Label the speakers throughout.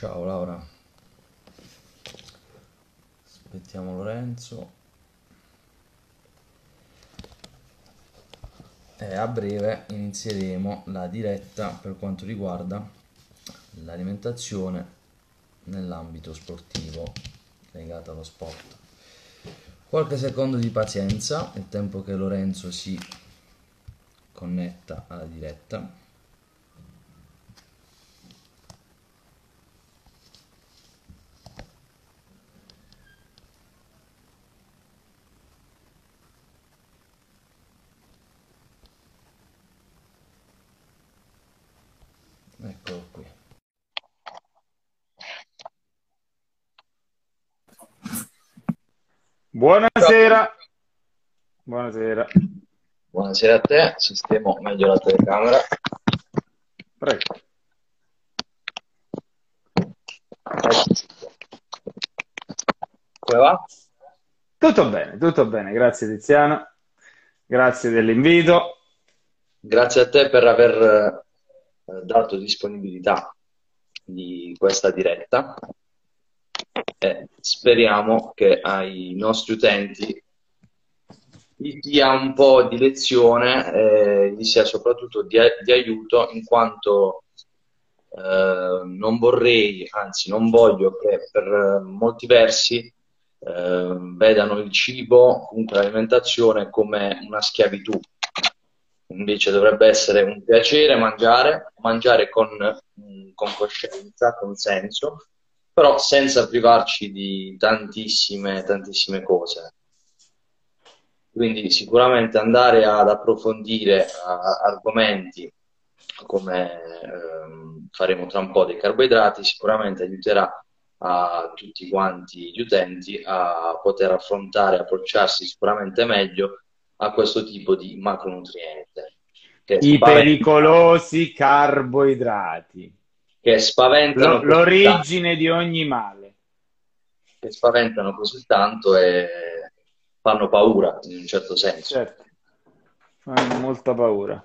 Speaker 1: Ciao Laura, aspettiamo Lorenzo e a breve inizieremo la diretta per quanto riguarda l'alimentazione nell'ambito sportivo legata allo sport. Qualche secondo di pazienza, il tempo che Lorenzo si connetta alla diretta. Eccolo qui.
Speaker 2: Buonasera. Buonasera.
Speaker 1: Buonasera a te, sistemo meglio la telecamera.
Speaker 2: Prego.
Speaker 1: Come va?
Speaker 2: Tutto bene, grazie Tiziano. Grazie dell'invito.
Speaker 1: Grazie a te per aver dato disponibilità di questa diretta e speriamo che ai nostri utenti gli sia un po' di lezione e gli sia soprattutto di aiuto, in quanto non vorrei, anzi non voglio che per molti versi vedano il cibo, comunque l'alimentazione, come una schiavitù. Invece dovrebbe essere un piacere mangiare con coscienza, con senso, però senza privarci di tantissime cose. Quindi sicuramente andare ad approfondire argomenti come faremo tra un po' dei carboidrati sicuramente aiuterà a tutti quanti gli utenti a poter affrontare, approcciarsi sicuramente meglio a questo tipo di macronutriente che
Speaker 2: I
Speaker 1: spaventano,
Speaker 2: pericolosi carboidrati.
Speaker 1: che spaventano così tanto,
Speaker 2: L'origine di ogni male.
Speaker 1: che spaventano così tanto e fanno paura in un certo senso.
Speaker 2: Certo, fanno molta paura.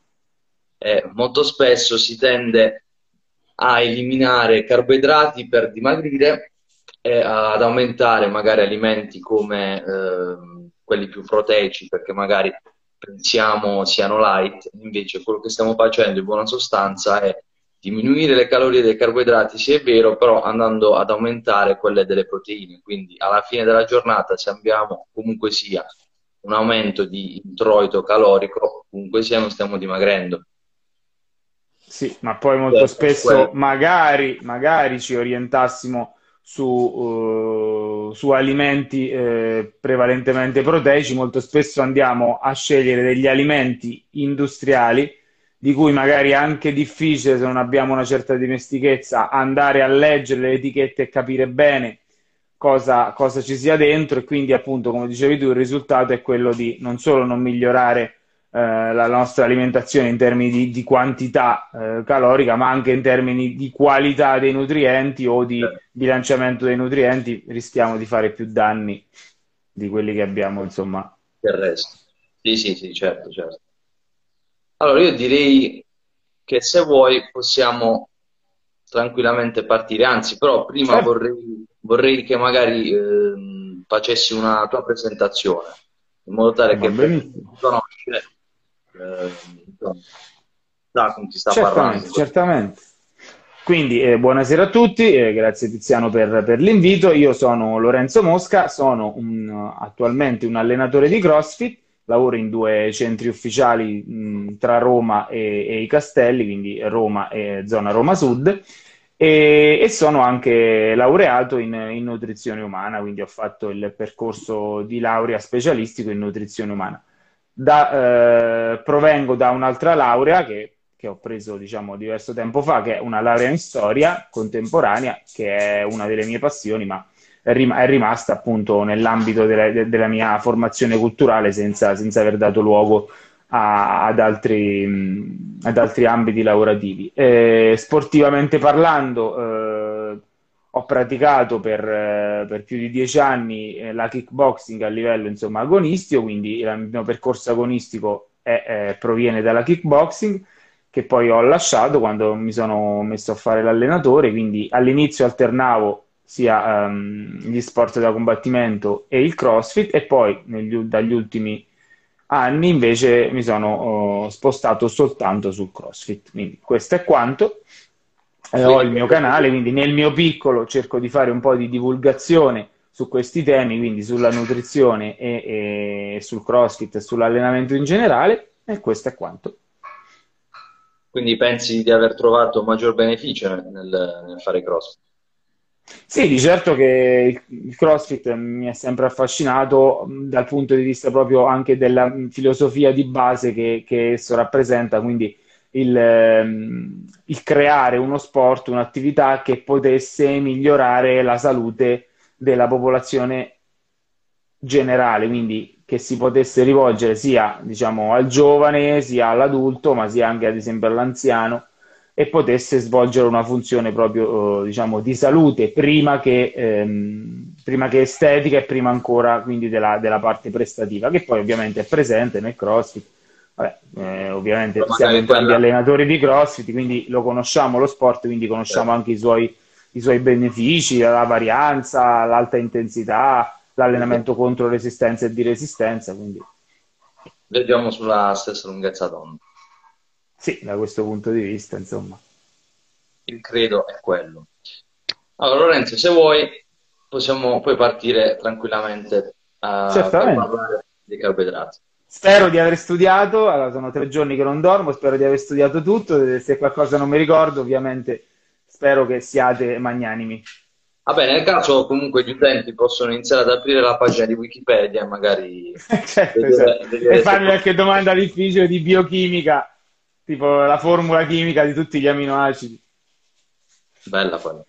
Speaker 1: Molto spesso si tende a eliminare carboidrati per dimagrire e ad aumentare magari alimenti come quelli più proteici, perché magari pensiamo siano light. Invece quello che stiamo facendo in buona sostanza è diminuire le calorie dei carboidrati, sì è vero, però andando ad aumentare quelle delle proteine. Quindi alla fine della giornata, se abbiamo comunque sia un aumento di introito calorico, comunque sia non stiamo dimagrendo.
Speaker 2: Sì, ma poi molto
Speaker 1: Quello.
Speaker 2: spesso magari ci orientassimo su alimenti prevalentemente proteici, molto spesso andiamo a scegliere degli alimenti industriali di cui magari è anche difficile, se non abbiamo una certa dimestichezza, andare a leggere le etichette e capire bene cosa ci sia dentro, e quindi appunto, come dicevi tu, il risultato è quello di non solo non migliorare la nostra alimentazione in termini di quantità calorica, ma anche in termini di qualità dei nutrienti o di bilanciamento dei nutrienti, rischiamo di fare più danni di quelli che abbiamo, insomma.
Speaker 1: Del resto. Sì, sì, sì, certo, certo. Allora, io direi che se vuoi possiamo tranquillamente partire, anzi, però prima
Speaker 2: Certo,
Speaker 1: vorrei che magari facessi una tua presentazione, in modo tale
Speaker 2: va
Speaker 1: che per chi
Speaker 2: benissimo.
Speaker 1: ti conosce, insomma, sa con chi sta
Speaker 2: Certamente,
Speaker 1: parlando.
Speaker 2: certamente. Quindi, buonasera a tutti, grazie Tiziano per l'invito. Io sono Lorenzo Mosca, sono attualmente un allenatore di CrossFit, lavoro in due centri ufficiali tra Roma e i Castelli, quindi Roma e zona Roma Sud, e sono anche laureato in nutrizione umana, quindi ho fatto il percorso di laurea specialistico in nutrizione umana. Provengo da un'altra laurea che ho preso, diciamo, diverso tempo fa, che è una laurea in storia contemporanea, che è una delle mie passioni, ma è rimasta appunto nell'ambito della mia formazione culturale senza aver dato luogo ad altri ambiti lavorativi. Sportivamente parlando, ho praticato per più di 10 anni la kickboxing a livello, insomma, agonistico, quindi il mio percorso agonistico proviene dalla kickboxing, che poi ho lasciato quando mi sono messo a fare l'allenatore, quindi all'inizio alternavo sia gli sport da combattimento e il CrossFit e poi dagli ultimi anni invece mi sono spostato soltanto sul CrossFit. Quindi questo è quanto. Ho
Speaker 1: Quindi
Speaker 2: il mio canale, quindi nel mio piccolo cerco di fare un po' di divulgazione su questi temi, quindi sulla nutrizione e sul CrossFit e sull'allenamento in generale, e questo è quanto.
Speaker 1: quindi pensi di aver trovato maggior beneficio nel fare CrossFit?
Speaker 2: Sì, di certo che il CrossFit mi è sempre affascinato dal punto di vista proprio anche della filosofia di base che esso rappresenta, quindi il creare uno sport, un'attività che potesse migliorare la salute della popolazione generale, quindi che si potesse rivolgere sia, diciamo, al giovane, sia all'adulto, ma sia anche ad esempio all'anziano e potesse svolgere una funzione proprio, diciamo, di salute prima che estetica e prima ancora quindi della parte prestativa, che poi ovviamente è presente nel CrossFit. Vabbè, ovviamente siamo
Speaker 1: Magari
Speaker 2: entrambi
Speaker 1: quella,
Speaker 2: allenatori di CrossFit, quindi lo conosciamo lo sport, quindi conosciamo anche i suoi benefici, la varianza, l'alta intensità, l'allenamento contro resistenza e di resistenza, quindi
Speaker 1: viaggiamo sulla stessa lunghezza d'onda.
Speaker 2: sì, da questo punto di vista, insomma.
Speaker 1: Il credo è quello. Allora, Lorenzo, se vuoi, possiamo poi partire tranquillamente per
Speaker 2: Certamente.
Speaker 1: parlare dei carboidrati.
Speaker 2: Spero di aver studiato, allora sono 3 giorni che non dormo, spero di aver studiato tutto, se qualcosa non mi ricordo, ovviamente spero che siate magnanimi.
Speaker 1: Vabbè, nel caso comunque gli utenti possono iniziare ad aprire la pagina di Wikipedia e magari
Speaker 2: Certo, esatto. E
Speaker 1: vedere se...
Speaker 2: farmi qualche domanda difficile di biochimica, tipo la formula chimica di tutti gli aminoacidi.
Speaker 1: Bella quella.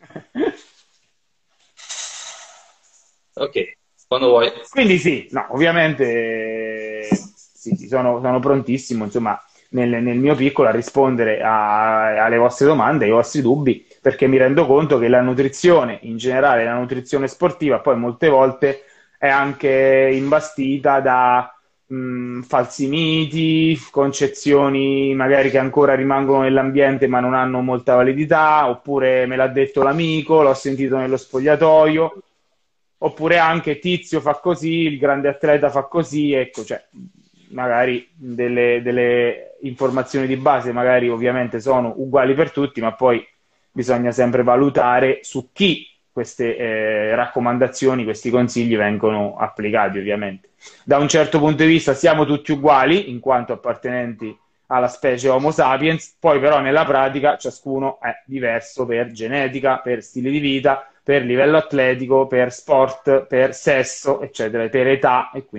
Speaker 1: Ok, quando vuoi.
Speaker 2: Quindi sì, no, ovviamente sì, sì, sono prontissimo, insomma, nel mio piccolo a rispondere alle vostre domande, ai vostri dubbi, perché mi rendo conto che la nutrizione, in generale, la nutrizione sportiva, poi molte volte è anche imbastita da falsi miti, concezioni magari che ancora rimangono nell'ambiente ma non hanno molta validità, oppure me l'ha detto l'amico, l'ho sentito nello spogliatoio. Oppure anche Tizio fa così, il grande atleta fa così, ecco, cioè, magari delle informazioni di base, magari ovviamente sono uguali per tutti, ma poi bisogna sempre valutare su chi queste raccomandazioni, questi consigli vengono applicati, ovviamente. Da un certo punto di vista siamo tutti uguali, in quanto appartenenti alla specie Homo sapiens, poi però nella pratica ciascuno è diverso per genetica, per stile di vita, per livello atletico, per sport, per sesso, eccetera, per età e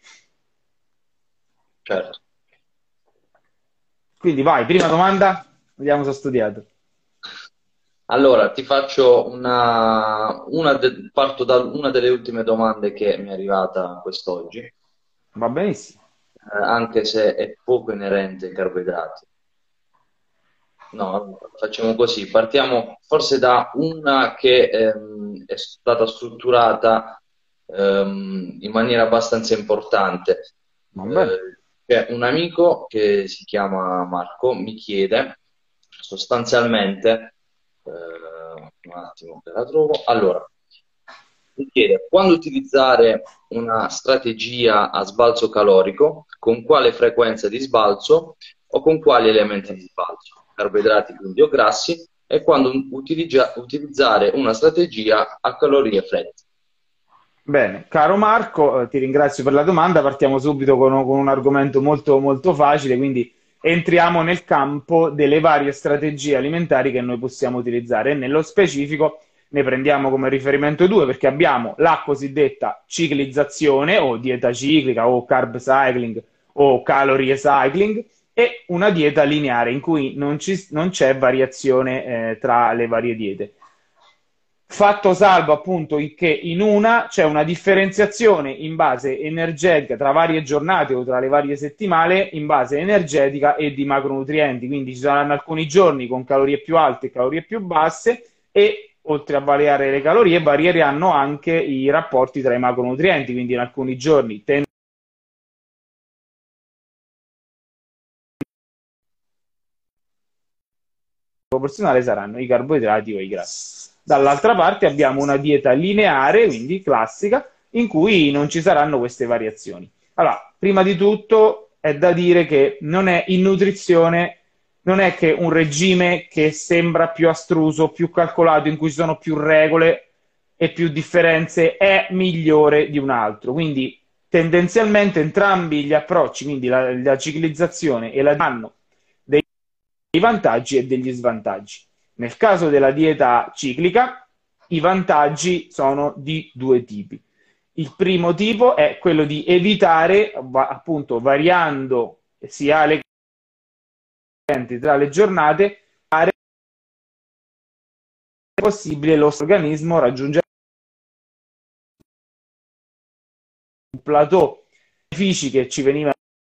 Speaker 1: Certo.
Speaker 2: quindi vai, prima domanda, vediamo se ho studiato.
Speaker 1: Allora, ti faccio parto da una delle ultime domande che mi è arrivata quest'oggi,
Speaker 2: Va benissimo.
Speaker 1: anche se è poco inerente ai carboidrati. No, allora, facciamo così, partiamo forse da una che è stata strutturata in maniera abbastanza importante.
Speaker 2: Va bene.
Speaker 1: C'è un amico che si chiama Marco, mi chiede sostanzialmente, un attimo che la trovo, allora, mi chiede quando utilizzare una strategia a sbalzo calorico, con quale frequenza di sbalzo o con quali elementi di sbalzo, carboidrati quindi o grassi, e quando utilizzare una strategia a calorie fredde.
Speaker 2: Bene, caro Marco, ti ringrazio per la domanda. Partiamo subito con un argomento molto, molto facile, quindi entriamo nel campo delle varie strategie alimentari che noi possiamo utilizzare e nello specifico ne prendiamo come riferimento due perché abbiamo la cosiddetta ciclizzazione o dieta ciclica o carb cycling o calorie cycling e una dieta lineare in cui non c'è variazione tra le varie diete. Fatto salvo appunto che in una c'è una differenziazione in base energetica tra varie giornate o tra le varie settimane in base energetica e di macronutrienti, quindi ci saranno alcuni giorni con calorie più alte e calorie più basse e oltre a variare le calorie varieranno anche i rapporti tra i macronutrienti, quindi in alcuni giorni proporzionale saranno i carboidrati o i grassi. Dall'altra parte abbiamo una dieta lineare, quindi classica, in cui non ci saranno queste variazioni. Allora, prima di tutto è da dire che non è in nutrizione, non è che un regime che sembra più astruso, più calcolato, in cui ci sono più regole e più differenze, è migliore di un altro. Quindi tendenzialmente entrambi gli approcci, quindi la ciclizzazione e la hanno dei vantaggi e degli svantaggi. Nel caso della dieta ciclica, i vantaggi sono di due tipi. Il primo tipo è quello di evitare, appunto, variando sia le tra le giornate, fare possibile il nostro organismo raggiungere un plateau. I benefici che ci venivano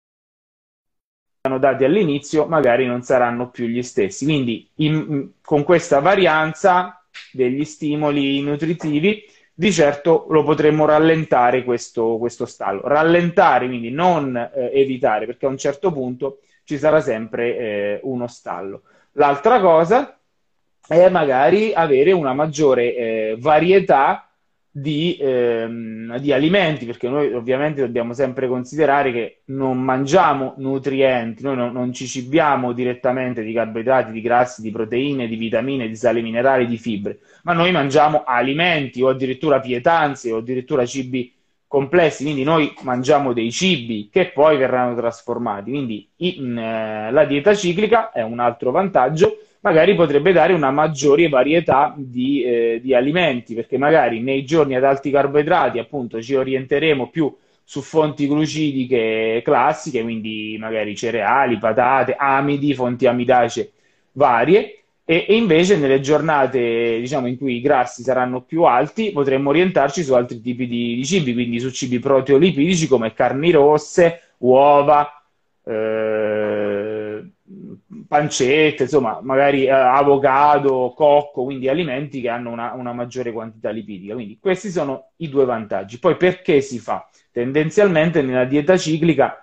Speaker 2: dati all'inizio magari non saranno più gli stessi. Quindi con questa varianza degli stimoli nutritivi, di certo lo potremmo rallentare questo stallo. Rallentare, quindi non evitare, perché a un certo punto ci sarà sempre uno stallo. L'altra cosa è magari avere una maggiore varietà di alimenti, perché noi ovviamente dobbiamo sempre considerare che non mangiamo nutrienti, noi non ci cibiamo direttamente di carboidrati, di grassi, di proteine, di vitamine, di sali minerali, di fibre, ma noi mangiamo alimenti o addirittura pietanze o addirittura cibi complessi, quindi noi mangiamo dei cibi che poi verranno trasformati, quindi la dieta ciclica è un altro vantaggio, magari potrebbe dare una maggiore varietà di alimenti, perché magari nei giorni ad alti carboidrati appunto ci orienteremo più su fonti glucidiche classiche, quindi magari cereali, patate, amidi, fonti amidacee varie, e invece nelle giornate diciamo, in cui i grassi saranno più alti potremmo orientarci su altri tipi di cibi, quindi su cibi proteolipidici come carni rosse, uova, pancette, insomma, magari avocado, cocco, quindi alimenti che hanno una maggiore quantità lipidica. Quindi questi sono i due vantaggi. Poi perché si fa? Tendenzialmente nella dieta ciclica,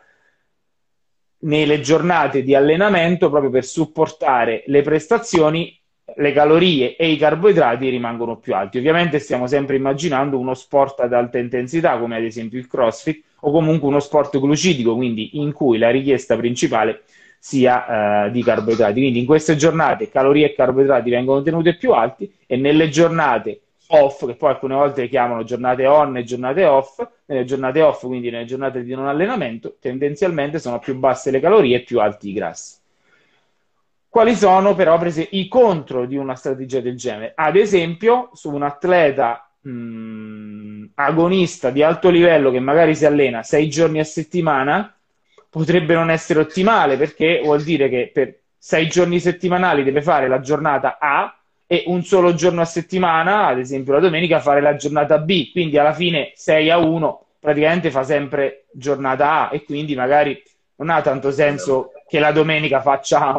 Speaker 2: nelle giornate di allenamento, proprio per supportare le prestazioni, le calorie e i carboidrati rimangono più alti. Ovviamente stiamo sempre immaginando uno sport ad alta intensità, come ad esempio il CrossFit, o comunque uno sport glucidico, quindi in cui la richiesta principale sia di carboidrati. Quindi in queste giornate calorie e carboidrati vengono tenuti più alti e nelle giornate off, che poi alcune volte le chiamano giornate on e giornate off, nelle giornate off, quindi nelle giornate di non allenamento, tendenzialmente sono più basse le calorie e più alti i grassi. Quali sono però prese i contro di una strategia del genere? Ad esempio, su un atleta agonista di alto livello che magari si allena 6 giorni a settimana, potrebbe non essere ottimale, perché vuol dire che per 6 giorni settimanali deve fare la giornata A e un solo giorno a settimana, ad esempio la domenica, fare la giornata B, quindi alla fine 6-1 praticamente fa sempre giornata A e quindi magari non ha tanto senso che la domenica faccia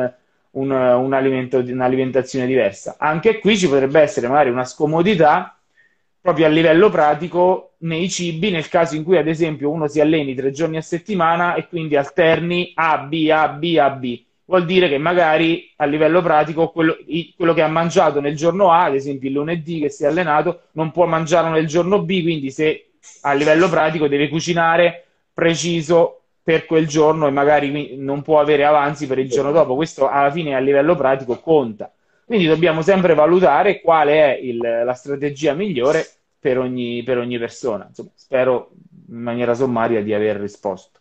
Speaker 2: un'alimentazione diversa. Anche qui ci potrebbe essere magari una scomodità proprio a livello pratico nei cibi, nel caso in cui ad esempio uno si alleni 3 giorni a settimana e quindi alterni A, B, A, B, A, B. Vuol dire che magari a livello pratico quello che ha mangiato nel giorno A, ad esempio il lunedì che si è allenato, non può mangiarlo nel giorno B, quindi se a livello pratico deve cucinare preciso per quel giorno e magari non può avere avanzi per il giorno dopo. Questo alla fine a livello pratico conta. Quindi dobbiamo sempre valutare quale è la strategia migliore per ogni persona. Insomma, spero in maniera sommaria di aver risposto.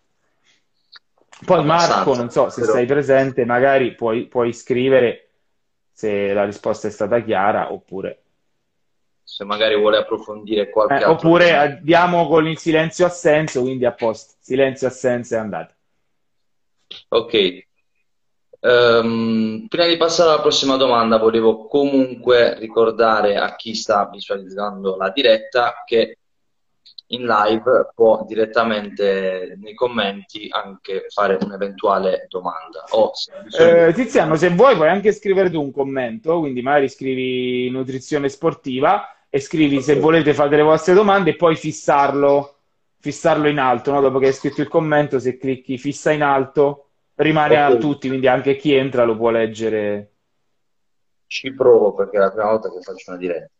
Speaker 2: Poi Marco, non so se sei presente, magari puoi scrivere se la risposta è stata chiara oppure...
Speaker 1: Se magari vuole approfondire qualche altro
Speaker 2: oppure
Speaker 1: tema.
Speaker 2: Andiamo con il silenzio assenso, quindi a posto. Silenzio assenso è andato.
Speaker 1: Ok. Prima di passare alla prossima domanda, volevo comunque ricordare a chi sta visualizzando la diretta che in live può direttamente nei commenti anche fare un'eventuale domanda.
Speaker 2: Tiziano, se vuoi puoi anche scrivere tu un commento, quindi magari scrivi nutrizione sportiva e scrivi se volete fate le vostre domande e poi fissarlo in alto, no? Dopo che hai scritto il commento, se clicchi fissa in alto rimane a tutti, quindi anche chi entra lo può leggere.
Speaker 1: ci provo perché è la prima volta che faccio una diretta.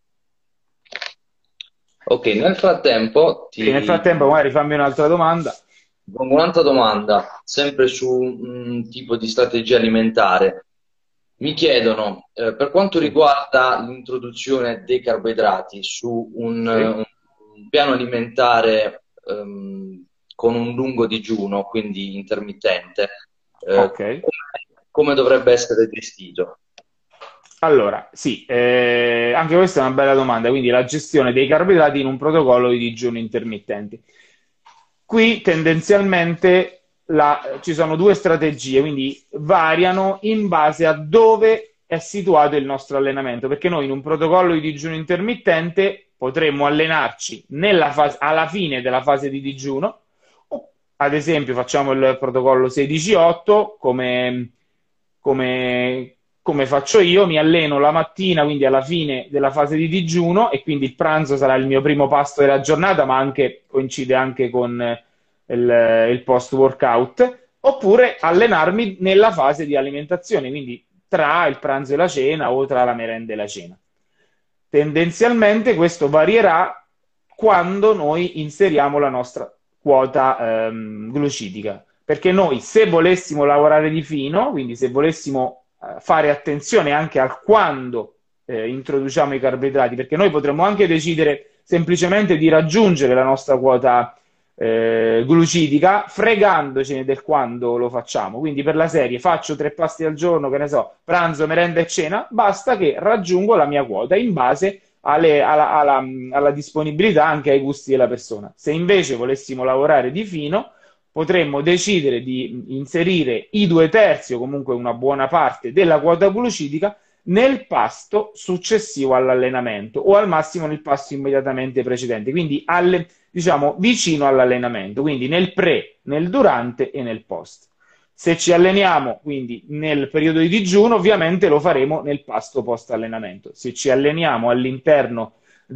Speaker 1: Ok, nel frattempo
Speaker 2: Quindi nel
Speaker 1: ti
Speaker 2: frattempo magari fammi un'altra domanda.
Speaker 1: pongo un'altra domanda, sempre su un tipo di strategia alimentare. Mi chiedono, per quanto
Speaker 2: Sì,
Speaker 1: riguarda l'introduzione dei carboidrati su
Speaker 2: sì,
Speaker 1: un piano alimentare con un lungo digiuno, quindi intermittente,
Speaker 2: ok.
Speaker 1: come dovrebbe essere gestito?
Speaker 2: Allora, sì, anche questa è una bella domanda, quindi la gestione dei carboidrati in un protocollo di digiuno intermittenti. Qui tendenzialmente ci sono due strategie, quindi variano in base a dove è situato il nostro allenamento, perché noi in un protocollo di digiuno intermittente potremmo allenarci alla fine della fase di digiuno, o ad esempio facciamo il protocollo 16-8 come faccio io, mi alleno la mattina, quindi alla fine della fase di digiuno, e quindi il pranzo sarà il mio primo pasto della giornata, ma coincide anche con il post-workout, oppure allenarmi nella fase di alimentazione, quindi tra il pranzo e la cena o tra la merenda e la cena. Tendenzialmente questo varierà quando noi inseriamo la nostra quota glucidica, perché noi se volessimo lavorare di fino, quindi se volessimo fare attenzione anche al quando introduciamo i carboidrati, perché noi potremmo anche decidere semplicemente di raggiungere la nostra quota glucidica fregandocene del quando lo facciamo. Quindi per la serie faccio 3 pasti al giorno, che ne so, pranzo, merenda e cena, basta che raggiungo la mia quota in base alla disponibilità, anche ai gusti della persona. Se invece volessimo lavorare di fino, potremmo decidere di inserire i 2/3 o comunque una buona parte della quota glucidica nel pasto successivo all'allenamento o al massimo nel pasto immediatamente precedente, quindi diciamo vicino all'allenamento, quindi nel pre, nel durante e nel post. Se ci alleniamo quindi nel periodo di digiuno, ovviamente lo faremo nel pasto post allenamento. Se ci alleniamo all'interno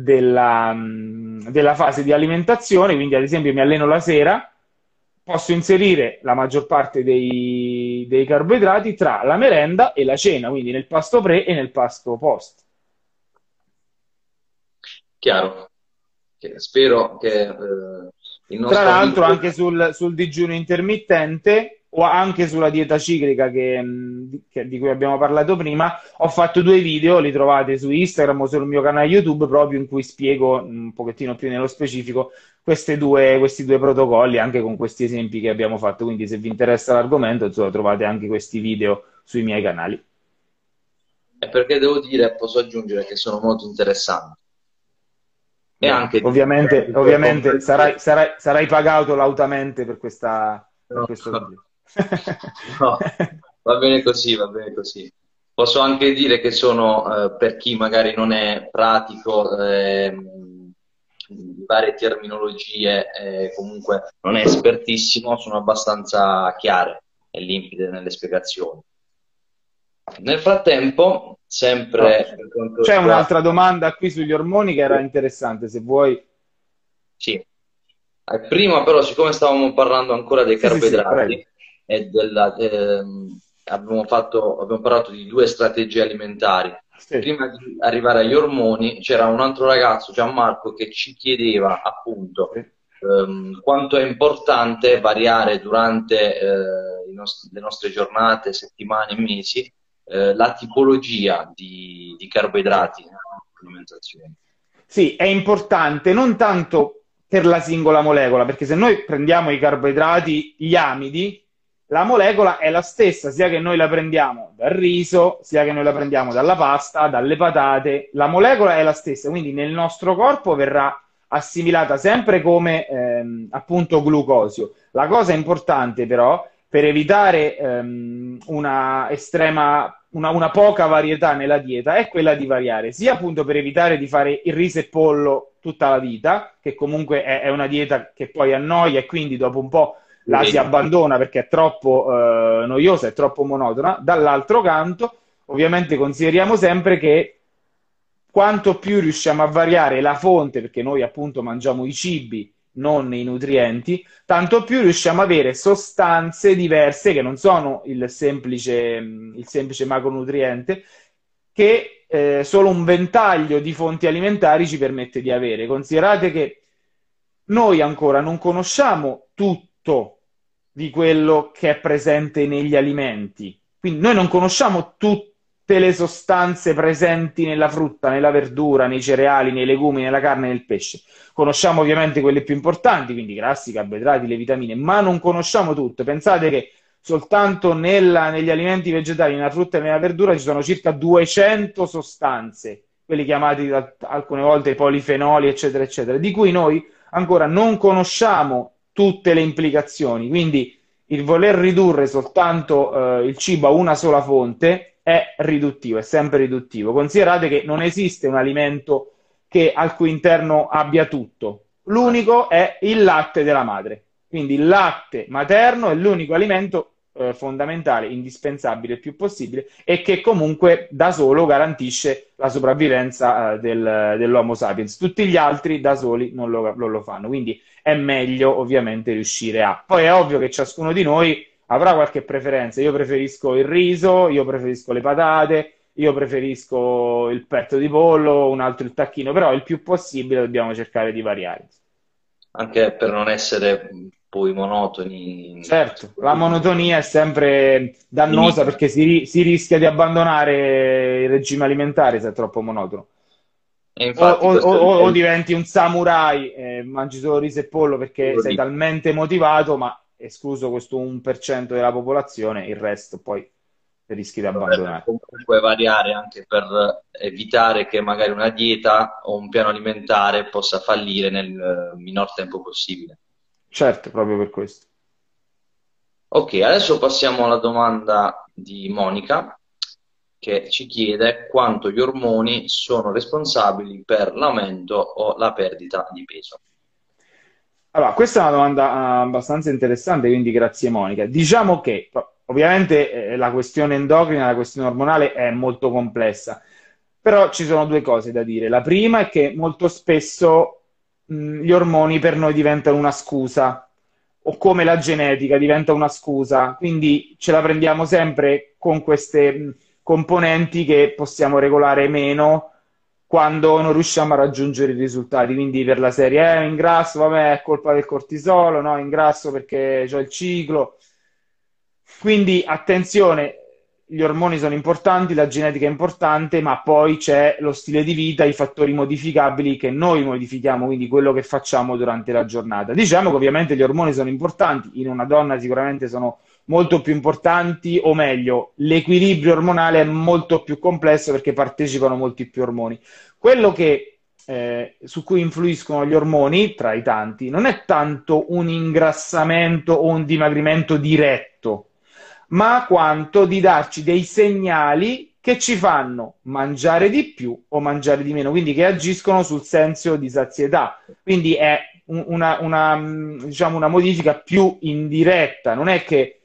Speaker 2: della fase di alimentazione, quindi ad esempio mi alleno la sera, posso inserire la maggior parte dei carboidrati tra la merenda e la cena, quindi nel pasto pre e nel pasto post.
Speaker 1: Chiaro. Spero che il
Speaker 2: Tra
Speaker 1: nostro
Speaker 2: l'altro
Speaker 1: amico...
Speaker 2: anche sul digiuno intermittente o anche sulla dieta ciclica di cui abbiamo parlato prima, ho fatto 2 video, li trovate su Instagram o sul mio canale YouTube, proprio in cui spiego un pochettino più nello specifico questi due protocolli, anche con questi esempi che abbiamo fatto. Quindi se vi interessa l'argomento, insomma, trovate anche questi video sui miei canali.
Speaker 1: È perché devo dire, posso aggiungere che sono molto interessanti e
Speaker 2: Bene,
Speaker 1: anche
Speaker 2: ovviamente sarai pagato lautamente per
Speaker 1: No,
Speaker 2: questo video.
Speaker 1: no, va bene così, va bene così. Posso anche dire che sono, per chi magari non è pratico, di varie terminologie, comunque non è espertissimo, sono abbastanza chiare e limpide nelle spiegazioni. Nel frattempo,
Speaker 2: Oh,
Speaker 1: sempre per quanto
Speaker 2: c'è
Speaker 1: riguarda...
Speaker 2: un'altra domanda qui sugli ormoni che era interessante, se vuoi.
Speaker 1: Sì. Prima però, siccome stavamo parlando ancora dei
Speaker 2: Sì, sì, sì, prego.
Speaker 1: carboidrati e abbiamo parlato di due strategie alimentari,
Speaker 2: Sì.
Speaker 1: prima di arrivare agli ormoni c'era un altro ragazzo, Gianmarco, che ci chiedeva appunto
Speaker 2: Sì.
Speaker 1: quanto è importante variare durante le nostre giornate, settimane e mesi la tipologia di
Speaker 2: Sì.
Speaker 1: carboidrati nell'alimentazione.
Speaker 2: Sì, è importante non tanto per la singola molecola, perché se noi prendiamo i carboidrati, gli amidi, la molecola è la stessa, sia che noi la prendiamo dal riso, sia che noi la prendiamo dalla pasta, dalle patate, la molecola è la stessa, quindi nel nostro corpo verrà assimilata sempre come appunto glucosio. La cosa importante però, per evitare una poca varietà nella dieta, è quella di variare, sia appunto per evitare di fare il riso e pollo tutta la vita, che comunque è una dieta che poi annoia e quindi dopo un po' la si abbandona perché è troppo noiosa, è troppo monotona. Dall'altro canto, ovviamente consideriamo sempre che quanto più riusciamo a variare la fonte, perché noi appunto mangiamo i cibi, non i nutrienti, tanto più riusciamo ad avere sostanze diverse che non sono il semplice macronutriente, che solo un ventaglio di fonti alimentari ci permette di avere. Considerate che noi ancora non conosciamo tutto di quello che è presente negli alimenti. Quindi noi non conosciamo tutte le sostanze presenti nella frutta, nella verdura, nei cereali, nei legumi, nella carne, nel pesce. Conosciamo ovviamente quelle più importanti, quindi i grassi, i carboidrati, le vitamine, ma non conosciamo tutto. Pensate che soltanto negli alimenti vegetali, nella frutta e nella verdura ci sono circa 200 sostanze, quelli chiamati alcune volte polifenoli, eccetera, eccetera, di cui noi ancora non conosciamo tutte le implicazioni. Quindi il voler ridurre soltanto il cibo a una sola fonte è riduttivo, è sempre riduttivo. Considerate che non esiste un alimento che al cui interno abbia tutto. L'unico è il latte della madre. Quindi il latte materno è l'unico alimento fondamentale, indispensabile il più possibile e che comunque da solo garantisce la sopravvivenza dell'Homo sapiens. Tutti gli altri da soli non lo fanno, quindi è meglio ovviamente riuscire a. Poi è ovvio che ciascuno di noi avrà qualche preferenza. Io preferisco il riso, io preferisco le patate, io preferisco il petto di pollo, un altro il tacchino, però il più possibile dobbiamo cercare di variare.
Speaker 1: Anche per non essere poi monotoni.
Speaker 2: Certo, la monotonia è sempre dannosa perché si rischia di abbandonare il regime alimentare se è troppo monotono.
Speaker 1: E infatti questo
Speaker 2: O diventi un samurai e mangi solo riso e pollo perché sei talmente motivato, ma escluso questo 1% della popolazione, il resto poi rischi di abbandonare.
Speaker 1: Comunque variare anche per evitare che magari una dieta o un piano alimentare possa fallire nel minor tempo possibile.
Speaker 2: Certo, proprio per questo.
Speaker 1: Ok, adesso passiamo alla domanda di Monica, che ci chiede quanto gli ormoni sono responsabili per l'aumento o la perdita di peso.
Speaker 2: Allora, questa è una domanda abbastanza interessante, quindi grazie Monica. Diciamo che ovviamente la questione endocrina, la questione ormonale è molto complessa, però ci sono due cose da dire. La prima è che molto spesso gli ormoni per noi diventano una scusa, o come la genetica diventa una scusa, quindi ce la prendiamo sempre con queste componenti che possiamo regolare meno quando non riusciamo a raggiungere i risultati. Quindi per la serie, ingrasso, vabbè, è colpa del cortisolo, no, ingrasso perché ho il ciclo. Quindi attenzione, gli ormoni sono importanti, la genetica è importante, ma poi c'è lo stile di vita, i fattori modificabili che noi modifichiamo, quindi quello che facciamo durante la giornata. Diciamo che ovviamente gli ormoni sono importanti, in una donna sicuramente sono molto più importanti, o meglio, l'equilibrio ormonale è molto più complesso perché partecipano molti più ormoni. Quello che su cui influiscono gli ormoni, tra i tanti, non è tanto un ingrassamento o un dimagrimento diretto, ma quanto di darci dei segnali che ci fanno mangiare di più o mangiare di meno, quindi che agiscono sul senso di sazietà. Quindi è diciamo, una modifica più indiretta, non è che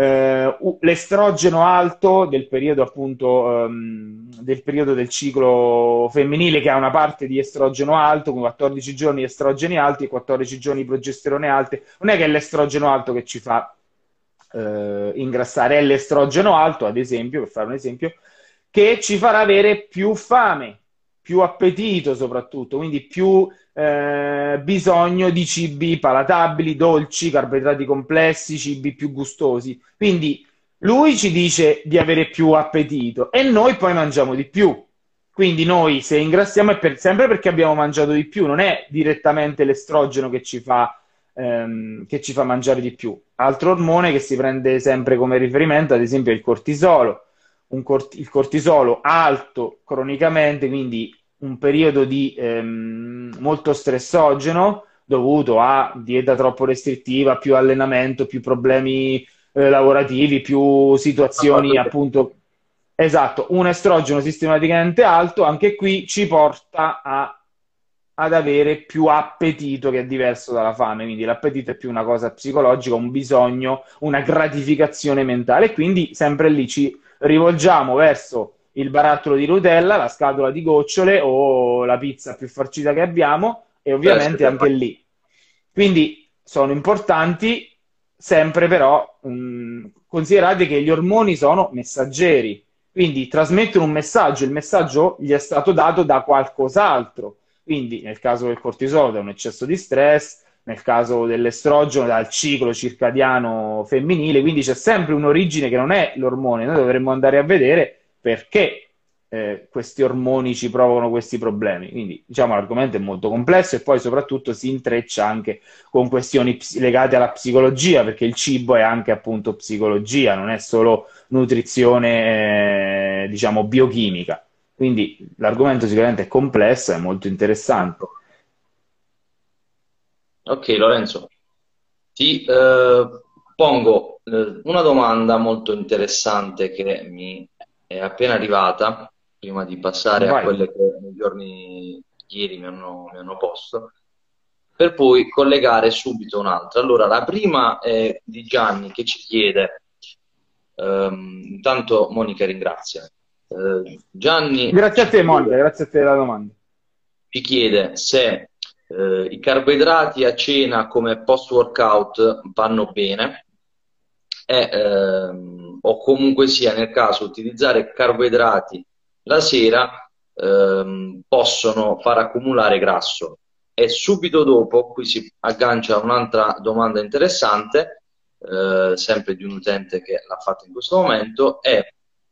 Speaker 2: l'estrogeno alto del periodo appunto del periodo del ciclo femminile, che ha una parte di estrogeno alto, con 14 giorni di estrogeni alti e 14 giorni di progesterone alte, non è che è l'estrogeno alto che ci fa ingrassare, è l'estrogeno alto, ad esempio, per fare un esempio, che ci farà avere più fame, più appetito soprattutto, quindi più bisogno di cibi palatabili, dolci, carboidrati complessi, cibi più gustosi. Quindi lui ci dice di avere più appetito e noi poi mangiamo di più. Quindi noi se ingrassiamo è sempre perché abbiamo mangiato di più, non è direttamente l'estrogeno che ci fa mangiare di più. Altro ormone che si prende sempre come riferimento, ad esempio, è il cortisolo. Il cortisolo alto cronicamente, quindi un periodo di molto stressogeno dovuto a dieta troppo restrittiva, più allenamento, più problemi lavorativi, più situazioni appunto. Esatto, un estrogeno sistematicamente alto, anche qui ci porta ad avere più appetito, che è diverso dalla fame, quindi l'appetito è più una cosa psicologica, un bisogno, una gratificazione mentale, e quindi sempre lì ci rivolgiamo verso il barattolo di Nutella, la scatola di gocciole o la pizza più farcita che abbiamo, e ovviamente anche lì. Quindi sono importanti, sempre però considerate che gli ormoni sono messaggeri, Quindi trasmettono un messaggio, il messaggio gli è stato dato da qualcos'altro. Quindi nel caso del cortisolo da un eccesso di stress, nel caso dell'estrogeno dal ciclo circadiano femminile, quindi c'è sempre un'origine che non è l'ormone, noi dovremmo andare a vedere perché questi ormoni ci provocano questi problemi. Quindi diciamo l'argomento è molto complesso e poi soprattutto si intreccia anche con questioni legate alla psicologia, perché il cibo è anche appunto psicologia, non è solo nutrizione, diciamo, biochimica. Quindi l'argomento sicuramente è complesso, è molto interessante.
Speaker 1: Ok, Lorenzo, ti pongo una domanda molto interessante che mi è appena arrivata, prima di passare a
Speaker 2: Vai.
Speaker 1: quelle che nei giorni ieri mi hanno posto, per poi collegare subito un'altra. Allora, la prima è di Gianni che ci chiede, intanto Monica ringrazia. Gianni
Speaker 2: Grazie a
Speaker 1: ci
Speaker 2: te, Monica,
Speaker 1: chiede,
Speaker 2: grazie a te della domanda.
Speaker 1: ci chiede se i carboidrati a cena come post-workout vanno bene o comunque sia nel caso utilizzare carboidrati la sera possono far accumulare grasso. E subito dopo, qui si aggancia un'altra domanda interessante, sempre di un utente che l'ha fatto in questo momento, è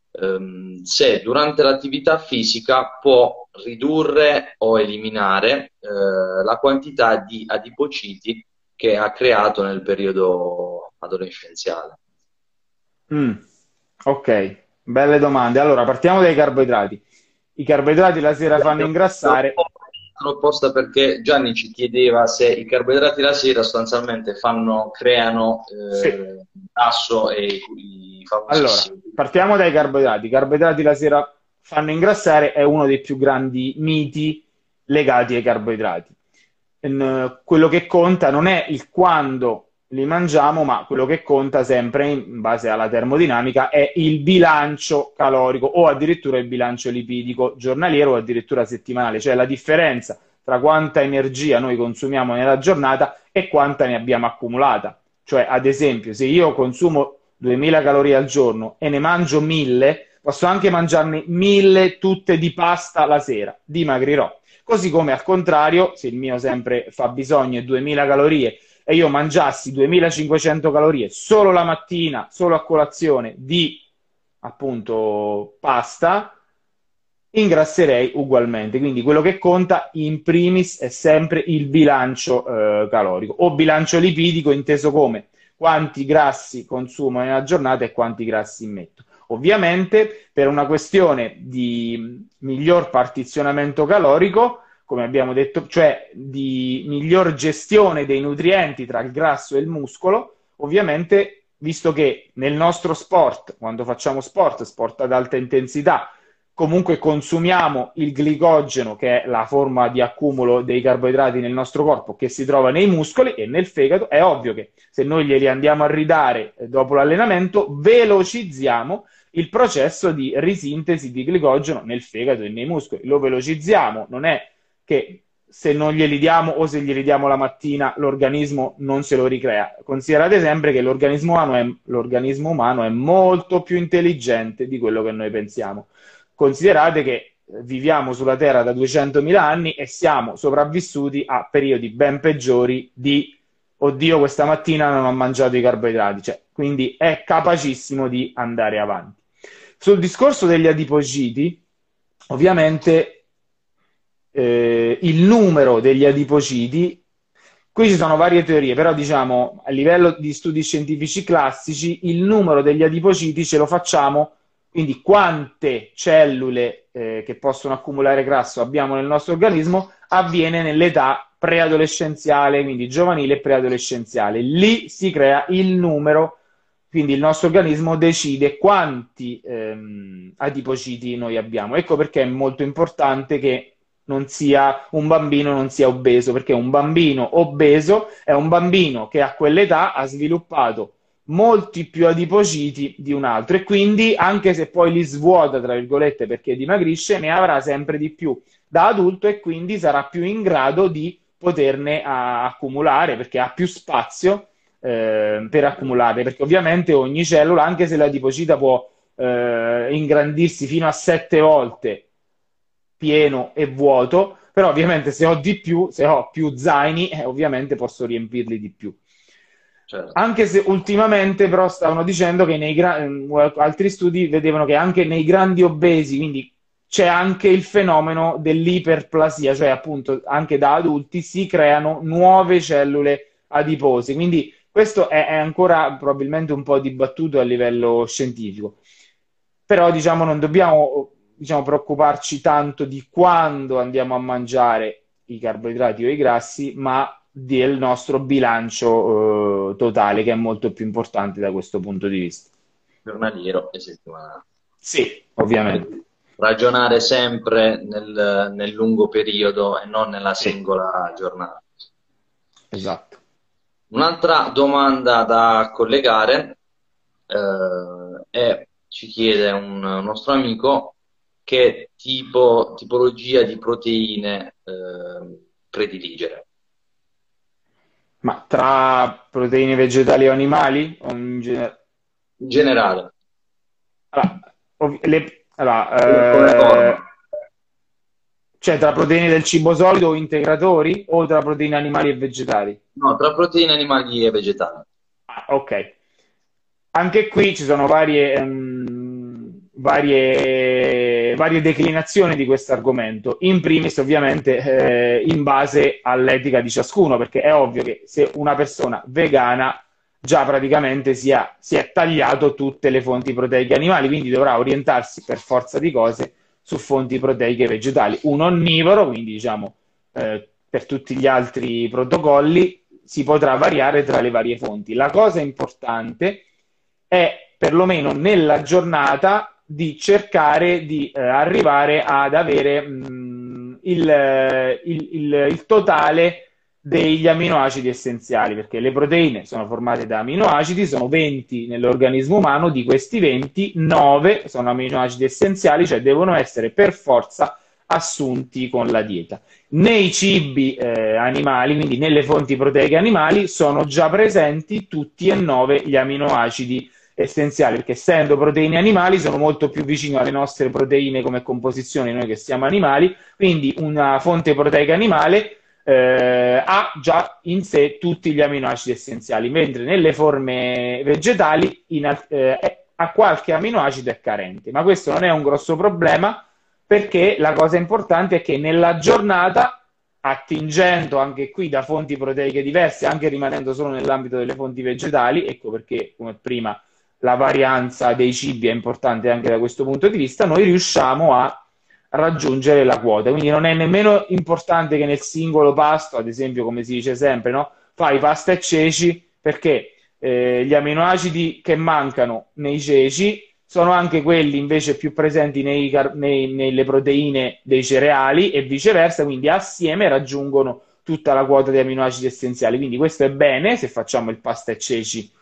Speaker 1: se durante l'attività fisica può ridurre o eliminare la quantità di adipociti che ha creato nel periodo adolescenziale.
Speaker 2: Mm, ok, belle domande. Allora, partiamo dai carboidrati. I carboidrati la sera fanno ingrassare.
Speaker 1: L'ho posta perché Gianni ci chiedeva se i carboidrati la sera sostanzialmente creano
Speaker 2: Sì.
Speaker 1: grasso e i
Speaker 2: Allora,
Speaker 1: famosissimi.
Speaker 2: partiamo dai carboidrati. I carboidrati la sera fanno ingrassare è uno dei più grandi miti legati ai carboidrati. Quello che conta non è il quando li mangiamo, ma quello che conta sempre in base alla termodinamica è il bilancio calorico o addirittura il bilancio lipidico giornaliero o addirittura settimanale, cioè la differenza tra quanta energia noi consumiamo nella giornata e quanta ne abbiamo accumulata. Cioè, ad esempio, se io consumo 2000 calorie al giorno e ne mangio 1000, posso anche mangiarne 1000 tutte di pasta la sera, dimagrirò. Così come al contrario, se il mio sempre fabbisogno è 2000 calorie e io mangiassi 2500 calorie solo la mattina, solo a colazione di appunto pasta, ingrasserei ugualmente. Quindi quello che conta in primis è sempre il bilancio calorico o bilancio lipidico, inteso come quanti grassi consumo nella giornata e quanti grassi metto. Ovviamente per una questione di miglior partizionamento calorico, come abbiamo detto, cioè di miglior gestione dei nutrienti tra il grasso e il muscolo, ovviamente, visto che nel nostro sport, quando facciamo sport, sport ad alta intensità, comunque consumiamo il glicogeno, che è la forma di accumulo dei carboidrati nel nostro corpo, che si trova nei muscoli e nel fegato, è ovvio che se noi glieli andiamo a ridare dopo l'allenamento, velocizziamo il processo di risintesi di glicogeno nel fegato e nei muscoli. Lo velocizziamo, non è che se non glieli diamo o se glieli diamo la mattina l'organismo non se lo ricrea. Considerate sempre che l'organismo umano è molto più intelligente di quello che noi pensiamo. Considerate che viviamo sulla Terra da 200.000 anni e siamo sopravvissuti a periodi ben peggiori di oddio, questa mattina non ho mangiato i carboidrati, cioè, quindi è capacissimo di andare avanti. Sul discorso degli adipociti, ovviamente il numero degli adipociti, qui ci sono varie teorie, però diciamo a livello di studi scientifici classici, il numero degli adipociti ce lo facciamo, quindi quante cellule che possono accumulare grasso abbiamo nel nostro organismo, avviene nell'età preadolescenziale, quindi giovanile e preadolescenziale. Lì si crea il numero, quindi il nostro organismo decide quanti adipociti noi abbiamo. Ecco perché è molto importante che non sia un bambino non sia obeso, perché un bambino obeso è un bambino che a quell'età ha sviluppato molti più adipociti di un altro e quindi anche se poi li svuota, tra virgolette, perché dimagrisce, ne avrà sempre di più da adulto e quindi sarà più in grado di poterne accumulare perché ha più spazio per accumularle, perché ovviamente ogni cellula, anche se l'adipocita può ingrandirsi fino a 7 volte pieno e vuoto, però ovviamente se ho di più, se ho più zaini, ovviamente posso riempirli di più.
Speaker 1: certo.
Speaker 2: Anche se ultimamente però stavano dicendo che altri studi vedevano che anche nei grandi obesi, quindi c'è anche il fenomeno dell'iperplasia, cioè appunto anche da adulti si creano nuove cellule adipose, quindi questo è ancora probabilmente un po' dibattuto a livello scientifico, però diciamo non dobbiamo diciamo, preoccuparci tanto di quando andiamo a mangiare i carboidrati o i grassi, ma del nostro bilancio totale, che è molto più importante da questo punto di vista.
Speaker 1: Giornaliero e settimanale.
Speaker 2: Sì, ovviamente.
Speaker 1: Ragionare sempre nel lungo periodo e non nella
Speaker 2: Sì,
Speaker 1: singola giornata.
Speaker 2: esatto.
Speaker 1: Un'altra domanda da collegare è, ci chiede un nostro amico, che tipologia di proteine prediligere.
Speaker 2: Ma tra proteine vegetali o animali? O
Speaker 1: In generale,
Speaker 2: allora,
Speaker 1: come forma?
Speaker 2: cioè tra proteine del cibo solido o integratori o tra proteine animali e vegetali?
Speaker 1: No, tra proteine animali e vegetali.
Speaker 2: Ah, ok. Anche qui ci sono varie declinazioni di questo argomento. In primis, ovviamente, in base all'etica di ciascuno, perché è ovvio che se una persona vegana già praticamente si è tagliato tutte le fonti proteiche animali, quindi dovrà orientarsi per forza di cose su fonti proteiche vegetali. Un onnivoro, quindi diciamo per tutti gli altri protocolli, si potrà variare tra le varie fonti. La cosa importante è, perlomeno nella giornata, di cercare di arrivare ad avere il totale degli aminoacidi essenziali, perché le proteine sono formate da aminoacidi, sono 20 nell'organismo umano, di questi 20, 9 sono aminoacidi essenziali, cioè devono essere per forza assunti con la dieta. Nei cibi animali, quindi nelle fonti proteiche animali, sono già presenti tutti e 9 gli aminoacidi essenziali, perché essendo proteine animali sono molto più vicine alle nostre proteine come composizione, noi che siamo animali, quindi una fonte proteica animale ha già in sé tutti gli aminoacidi essenziali, mentre nelle forme vegetali a qualche aminoacido è carente. Ma questo non è un grosso problema, perché la cosa importante è che nella giornata, attingendo anche qui da fonti proteiche diverse, anche rimanendo solo nell'ambito delle fonti vegetali, ecco perché, come prima, la varianza dei cibi è importante anche da questo punto di vista, noi riusciamo a raggiungere la quota. Quindi non è nemmeno importante che nel singolo pasto, ad esempio, come si dice sempre, no? Fai pasta e ceci, perché gli aminoacidi che mancano nei ceci sono anche quelli invece più presenti nelle proteine dei cereali e viceversa, quindi assieme raggiungono tutta la quota di aminoacidi essenziali. Quindi questo è bene se facciamo il pasta e ceci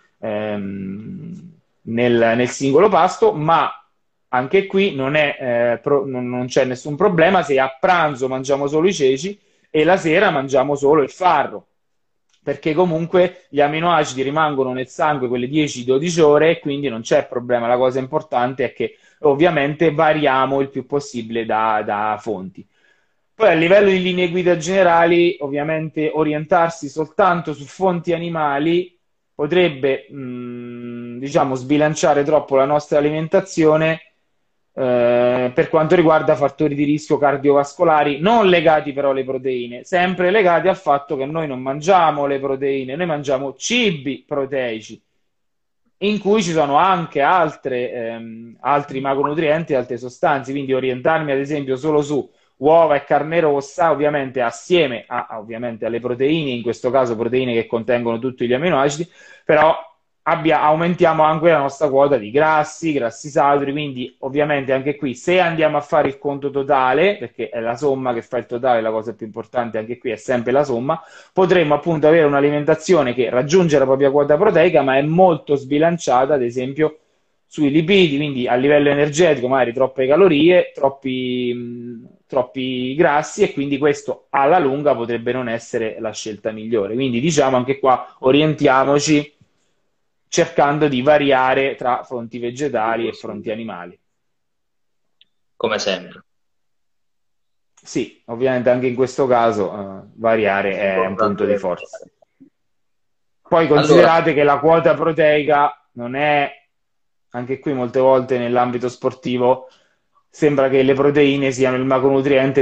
Speaker 2: nel singolo pasto, ma anche qui non c'è nessun problema se a pranzo mangiamo solo i ceci e la sera mangiamo solo il farro, perché comunque gli aminoacidi rimangono nel sangue quelle 10-12 ore e quindi non c'è problema. La cosa importante è che ovviamente variamo il più possibile da fonti. Poi a livello di linee guida generali, ovviamente orientarsi soltanto su fonti animali potrebbe, diciamo, sbilanciare troppo la nostra alimentazione per quanto riguarda fattori di rischio cardiovascolari, non legati però alle proteine, sempre legati al fatto che noi non mangiamo le proteine, noi mangiamo cibi proteici, in cui ci sono anche altri macronutrienti e altre sostanze, quindi orientarmi ad esempio solo su uova e carne rossa, ovviamente assieme ovviamente alle proteine, in questo caso proteine che contengono tutti gli aminoacidi, però aumentiamo anche la nostra quota di grassi saturi, quindi ovviamente anche qui se andiamo a fare il conto totale, perché è la somma che fa il totale, la cosa più importante anche qui è sempre la somma, potremmo appunto avere un'alimentazione che raggiunge la propria quota proteica, ma è molto sbilanciata, ad esempio, sui lipidi, quindi a livello energetico magari troppe calorie, troppi grassi e quindi questo alla lunga potrebbe non essere la scelta migliore. Quindi diciamo anche qua orientiamoci cercando di variare tra fonti vegetali e fonti animali.
Speaker 1: Come sempre.
Speaker 2: Sì, ovviamente anche in questo caso variare è un punto di
Speaker 1: Importante.
Speaker 2: forza. Poi
Speaker 1: Allora,
Speaker 2: considerate che la quota proteica non è, anche qui molte volte nell'ambito sportivo, sembra che le proteine siano il macronutriente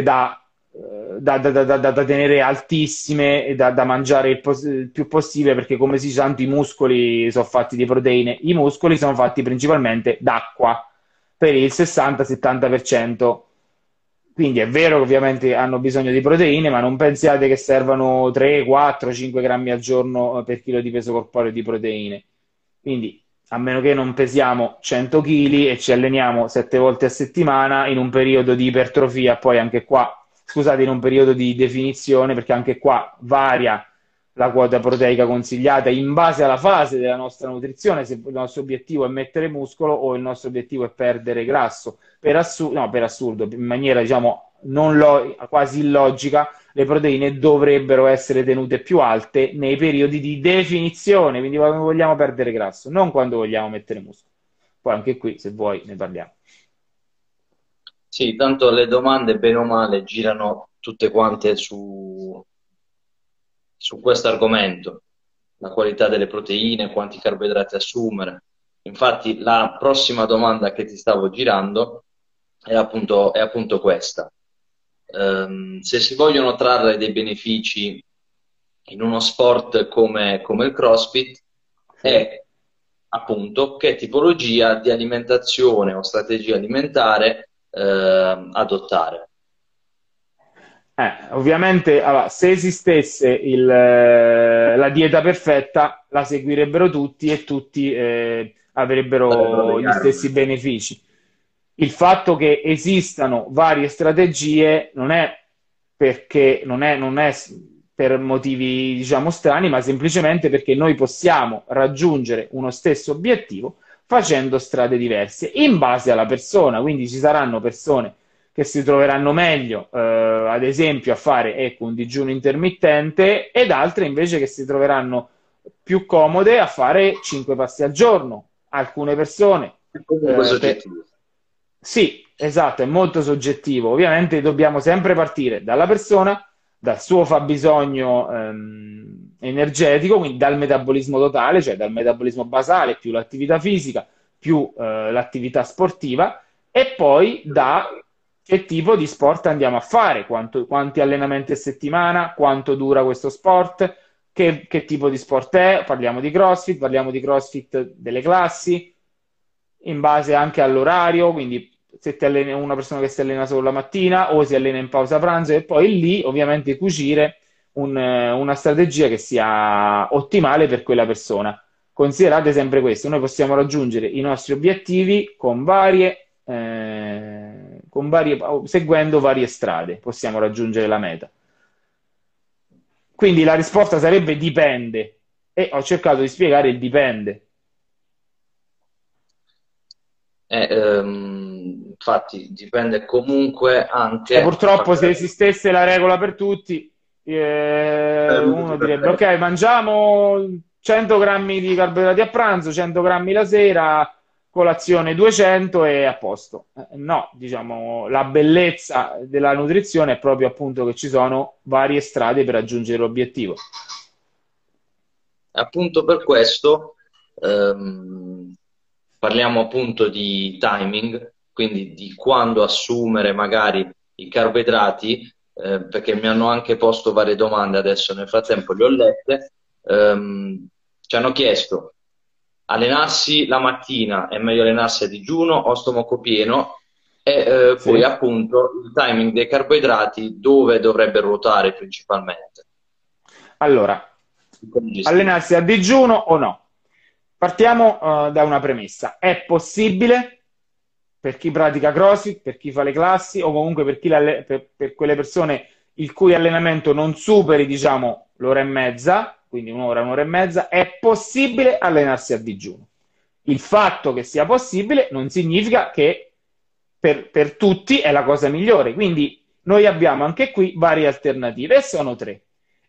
Speaker 2: da tenere altissime e da mangiare il più possibile, perché come si sa, tanto i muscoli sono fatti di proteine, i muscoli sono fatti principalmente d'acqua per il 60-70%. Quindi è vero che ovviamente hanno bisogno di proteine, ma non pensiate che servano 3, 4, 5 grammi al giorno per chilo di peso corporeo di proteine. Quindi, a meno che non pesiamo 100 kg e ci alleniamo 7 volte a settimana in un periodo di ipertrofia, poi anche qua, scusate, in un periodo di definizione, perché anche qua varia la quota proteica consigliata in base alla fase della nostra nutrizione, se il nostro obiettivo è mettere muscolo o il nostro obiettivo è perdere grasso. No, per assurdo, in maniera diciamo quasi illogica, le proteine dovrebbero essere tenute più alte nei periodi di definizione, quindi quando vogliamo perdere grasso, non quando vogliamo mettere muscolo. Poi anche qui, se vuoi, ne parliamo.
Speaker 1: sì, tanto le domande, bene o male, girano tutte quante su questo argomento, la qualità delle proteine, quanti carboidrati assumere. Infatti, la prossima domanda che ti stavo girando è appunto questa. Se si vogliono trarre dei benefici in uno sport come il CrossFit, è appunto che tipologia di alimentazione o strategia alimentare adottare.
Speaker 2: Ovviamente, allora, se esistesse la dieta perfetta, la seguirebbero tutti e tutti
Speaker 1: Sarebbero
Speaker 2: avrebbero
Speaker 1: degli
Speaker 2: gli stessi
Speaker 1: anni.
Speaker 2: benefici. Il fatto che esistano varie strategie non è perché non è per motivi, diciamo, strani, ma semplicemente perché noi possiamo raggiungere uno stesso obiettivo facendo strade diverse in base alla persona. Quindi ci saranno persone che si troveranno meglio, ad esempio, a fare ecco, un digiuno intermittente ed altre invece che si troveranno più comode a fare 5 passi al giorno. Alcune persone,
Speaker 1: È comunque
Speaker 2: per...
Speaker 1: soggettivo.
Speaker 2: sì, esatto, è molto soggettivo. Ovviamente dobbiamo sempre partire dalla persona, dal suo fabbisogno energetico, quindi dal metabolismo totale, cioè dal metabolismo basale più l'attività fisica più l'attività sportiva e poi da che tipo di sport andiamo a fare, quanti allenamenti a settimana, quanto dura questo sport, che tipo di sport è, parliamo di CrossFit delle classi, in base anche all'orario, quindi se ti alleni una persona che si allena solo la mattina o si allena in pausa pranzo e poi lì ovviamente cucire una strategia che sia ottimale per quella persona. Considerate sempre questo, noi possiamo raggiungere i nostri obiettivi seguendo varie strade, possiamo raggiungere la meta. Quindi la risposta sarebbe dipende e ho cercato di spiegare il dipende.
Speaker 1: Infatti dipende comunque anche,
Speaker 2: Purtroppo se esistesse la regola per tutti,
Speaker 1: l'uso
Speaker 2: uno direbbe ok,
Speaker 1: perfetto.
Speaker 2: mangiamo 100 grammi di carboidrati a pranzo, 100 grammi la sera, colazione 200 e a posto. No, diciamo, la bellezza della nutrizione è proprio appunto che ci sono varie strade per raggiungere l'obiettivo.
Speaker 1: Appunto per questo parliamo appunto di timing, quindi di quando assumere magari i carboidrati, perché mi hanno anche posto varie domande adesso, nel frattempo le ho lette. Ci hanno chiesto: allenarsi la mattina è meglio allenarsi a digiuno o a stomaco pieno? E poi
Speaker 2: Sì.
Speaker 1: appunto il timing dei carboidrati dove dovrebbe ruotare principalmente.
Speaker 2: Allora,
Speaker 1: Come gestire?
Speaker 2: allenarsi a digiuno o no? Partiamo da una premessa. È possibile per chi pratica CrossFit, per chi fa le classi o comunque per quelle persone il cui allenamento non superi, diciamo, l'ora e mezza, quindi un'ora e mezza, è possibile allenarsi a digiuno. Il fatto che sia possibile non significa che per tutti è la cosa migliore. Quindi noi abbiamo anche qui varie alternative e sono tre.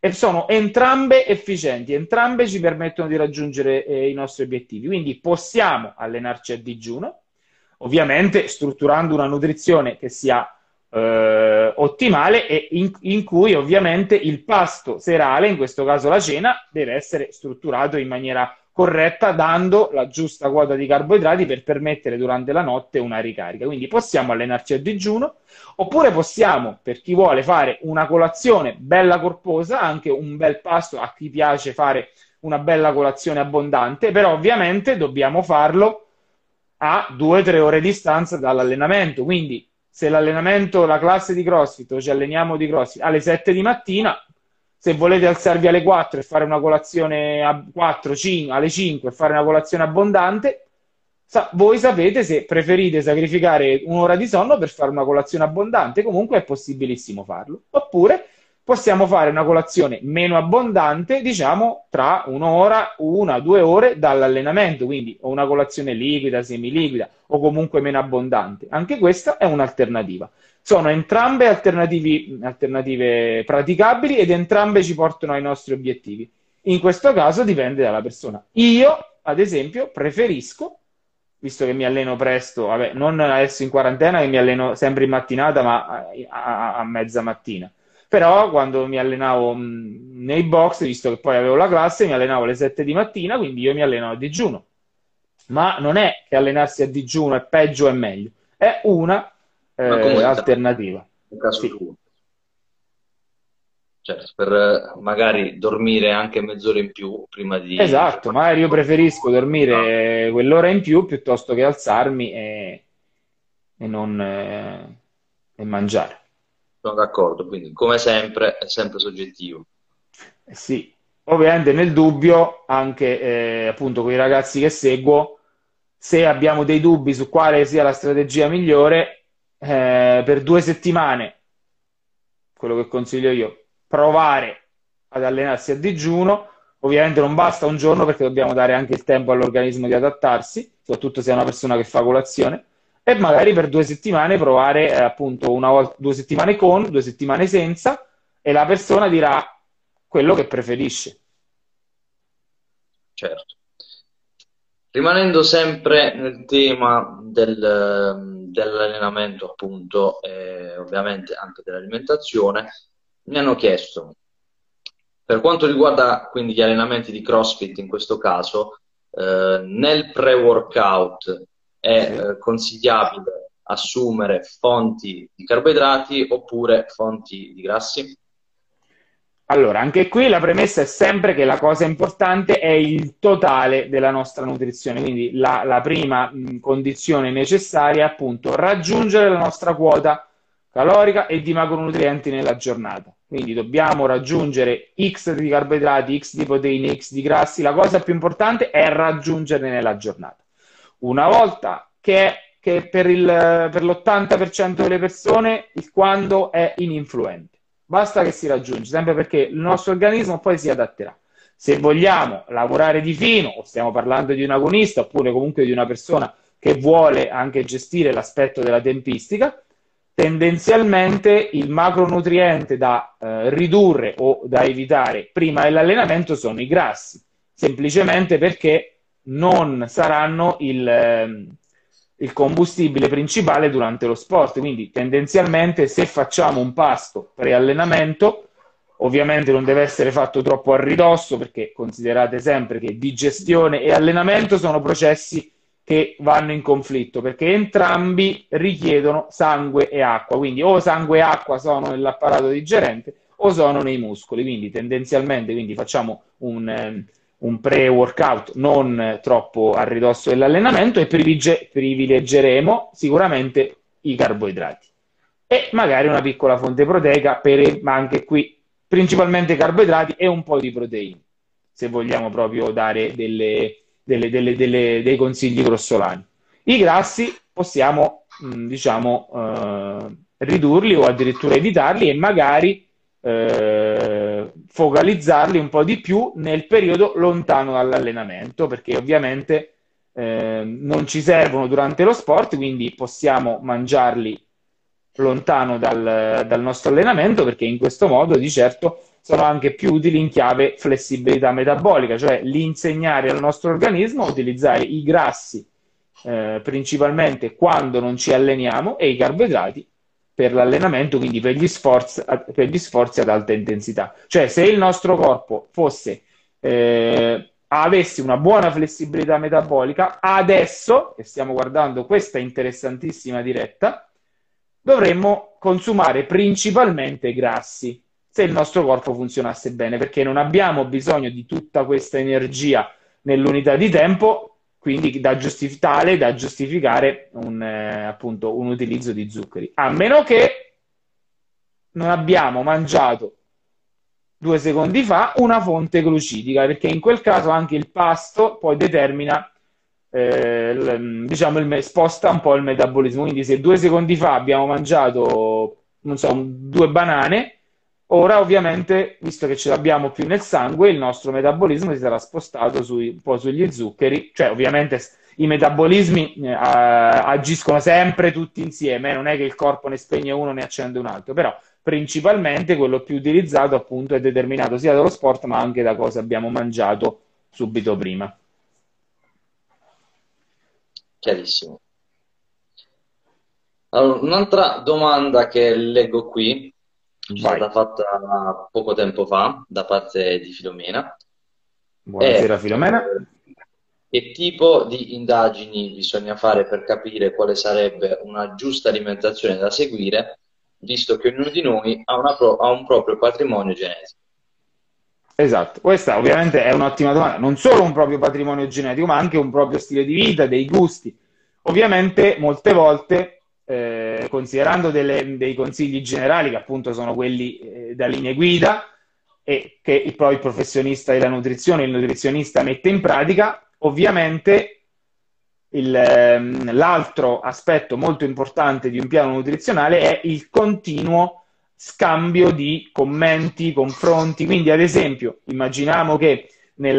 Speaker 2: e sono entrambe efficienti, entrambe ci permettono di raggiungere i nostri obiettivi. Quindi possiamo allenarci a digiuno, ovviamente strutturando una nutrizione che sia ottimale e in cui ovviamente il pasto serale, in questo caso la cena, deve essere strutturato in maniera corretta, dando la giusta quota di carboidrati per permettere durante la notte una ricarica. Quindi possiamo allenarci a digiuno, oppure possiamo, per chi vuole fare una colazione bella corposa, anche un bel pasto, a chi piace fare una bella colazione abbondante, però ovviamente dobbiamo farlo a 2-3 ore di distanza dall'allenamento. Quindi se l'allenamento, la classe di CrossFit, o ci alleniamo di CrossFit alle 7 di mattina, se volete alzarvi alle 4 e fare una colazione a 4, 5, alle 5 e fare una colazione abbondante, voi sapete se preferite sacrificare un'ora di sonno per fare una colazione abbondante, comunque è possibilissimo farlo. Oppure possiamo fare una colazione meno abbondante, diciamo, tra un'ora, 1-2 ore dall'allenamento, quindi o una colazione liquida, semiliquida o comunque meno abbondante. Anche questa è un'alternativa. Sono entrambe alternative praticabili ed entrambe ci portano ai nostri obiettivi. In questo caso dipende dalla persona. Io, ad esempio, preferisco, visto che mi alleno presto, vabbè, non adesso in quarantena che mi alleno sempre in mattinata, ma a mezza mattina. Però quando mi allenavo nei box, visto che poi avevo la classe, mi allenavo alle 7 di mattina, quindi io mi alleno a digiuno. Ma non è che allenarsi a digiuno è peggio o è meglio, è una alternativa.
Speaker 1: In caso
Speaker 2: Sì.
Speaker 1: tuo. Certo, per magari dormire anche mezz'ora in più prima di...
Speaker 2: Esatto, magari io preferisco dormire quell'ora in più piuttosto che alzarmi non, e mangiare.
Speaker 1: Sono d'accordo, quindi come sempre è sempre soggettivo.
Speaker 2: Sì, ovviamente nel dubbio, anche appunto con i ragazzi che seguo, se abbiamo dei dubbi su quale sia la strategia migliore, per 2 settimane, quello che consiglio io, provare ad allenarsi a digiuno. Ovviamente non basta un giorno perché dobbiamo dare anche il tempo all'organismo di adattarsi, soprattutto se è una persona che fa colazione, e magari per 2 settimane provare appunto 2 settimane con, 2 settimane senza, e la persona dirà quello che preferisce.
Speaker 1: Certo. Rimanendo sempre nel tema dell'allenamento, appunto, e ovviamente anche dell'alimentazione, mi hanno chiesto, per quanto riguarda quindi gli allenamenti di CrossFit in questo caso, nel pre-workout è consigliabile assumere fonti di carboidrati oppure fonti di grassi?
Speaker 2: Allora, anche qui la premessa è sempre che la cosa importante è il totale della nostra nutrizione, quindi la prima condizione necessaria è appunto raggiungere la nostra quota calorica e di macronutrienti nella giornata. Quindi dobbiamo raggiungere X di carboidrati, X di proteine, X di grassi. La cosa più importante è raggiungerli nella giornata. Una volta che per l'80% delle persone il quando è ininfluente. Basta che si raggiunge, sempre perché il nostro organismo poi si adatterà. Se vogliamo lavorare di fino, o stiamo parlando di un agonista, oppure comunque di una persona che vuole anche gestire l'aspetto della tempistica, tendenzialmente il macronutriente da ridurre o da evitare prima dell'allenamento sono i grassi, semplicemente perché non saranno il combustibile principale durante lo sport. Quindi tendenzialmente se facciamo un pasto pre-allenamento, ovviamente non deve essere fatto troppo a ridosso, perché considerate sempre che digestione e allenamento sono processi che vanno in conflitto, perché entrambi richiedono sangue e acqua. Quindi o sangue e acqua sono nell'apparato digerente o sono nei muscoli. Quindi tendenzialmente facciamo un pre-workout non troppo a ridosso dell'allenamento e privilegeremo sicuramente i carboidrati e magari una piccola fonte proteica, ma anche qui principalmente carboidrati e un po' di proteine, se vogliamo proprio dare dei consigli grossolani. I grassi possiamo ridurli o addirittura evitarli e magari focalizzarli un po' di più nel periodo lontano dall'allenamento, perché ovviamente non ci servono durante lo sport, quindi possiamo mangiarli lontano dal nostro allenamento, perché in questo modo di certo sono anche più utili in chiave flessibilità metabolica, cioè l'insegnare al nostro organismo a utilizzare i grassi principalmente quando non ci alleniamo e i carboidrati per l'allenamento, quindi per gli sforzi ad alta intensità. Cioè, se il nostro corpo avesse una buona flessibilità metabolica, adesso, che stiamo guardando questa interessantissima diretta, dovremmo consumare principalmente grassi, se il nostro corpo funzionasse bene, perché non abbiamo bisogno di tutta questa energia nell'unità di tempo, quindi tale da giustificare appunto, un utilizzo di zuccheri. A meno che non abbiamo mangiato 2 secondi fa una fonte glucidica, perché in quel caso anche il pasto poi determina, diciamo, sposta un po' il metabolismo. Quindi se 2 secondi fa abbiamo mangiato, non so, 2 banane, ora ovviamente, visto che ce l'abbiamo più nel sangue, il nostro metabolismo si sarà spostato un po' sugli zuccheri, cioè ovviamente i metabolismi agiscono sempre tutti insieme, non è che il corpo ne spegne uno ne accende un altro, però principalmente quello più utilizzato appunto è determinato sia dallo sport ma anche da cosa abbiamo mangiato subito prima.
Speaker 1: Chiarissimo. Allora, un'altra domanda che leggo qui, è
Speaker 2: Vai.
Speaker 1: stata fatta poco tempo fa da parte di Filomena,
Speaker 2: Buonasera
Speaker 1: è
Speaker 2: Filomena.
Speaker 1: che tipo di indagini bisogna fare per capire quale sarebbe una giusta alimentazione da seguire, visto che ognuno di noi ha un proprio patrimonio genetico.
Speaker 2: Esatto, questa ovviamente è un'ottima domanda, non solo un proprio patrimonio genetico, ma anche un proprio stile di vita, dei gusti. Ovviamente molte volte, considerando dei consigli generali, che appunto sono quelli da linee guida e che poi il professionista della nutrizione, il nutrizionista mette in pratica, ovviamente l'altro aspetto molto importante di un piano nutrizionale è il continuo scambio di commenti, confronti. Quindi, ad esempio, immaginiamo che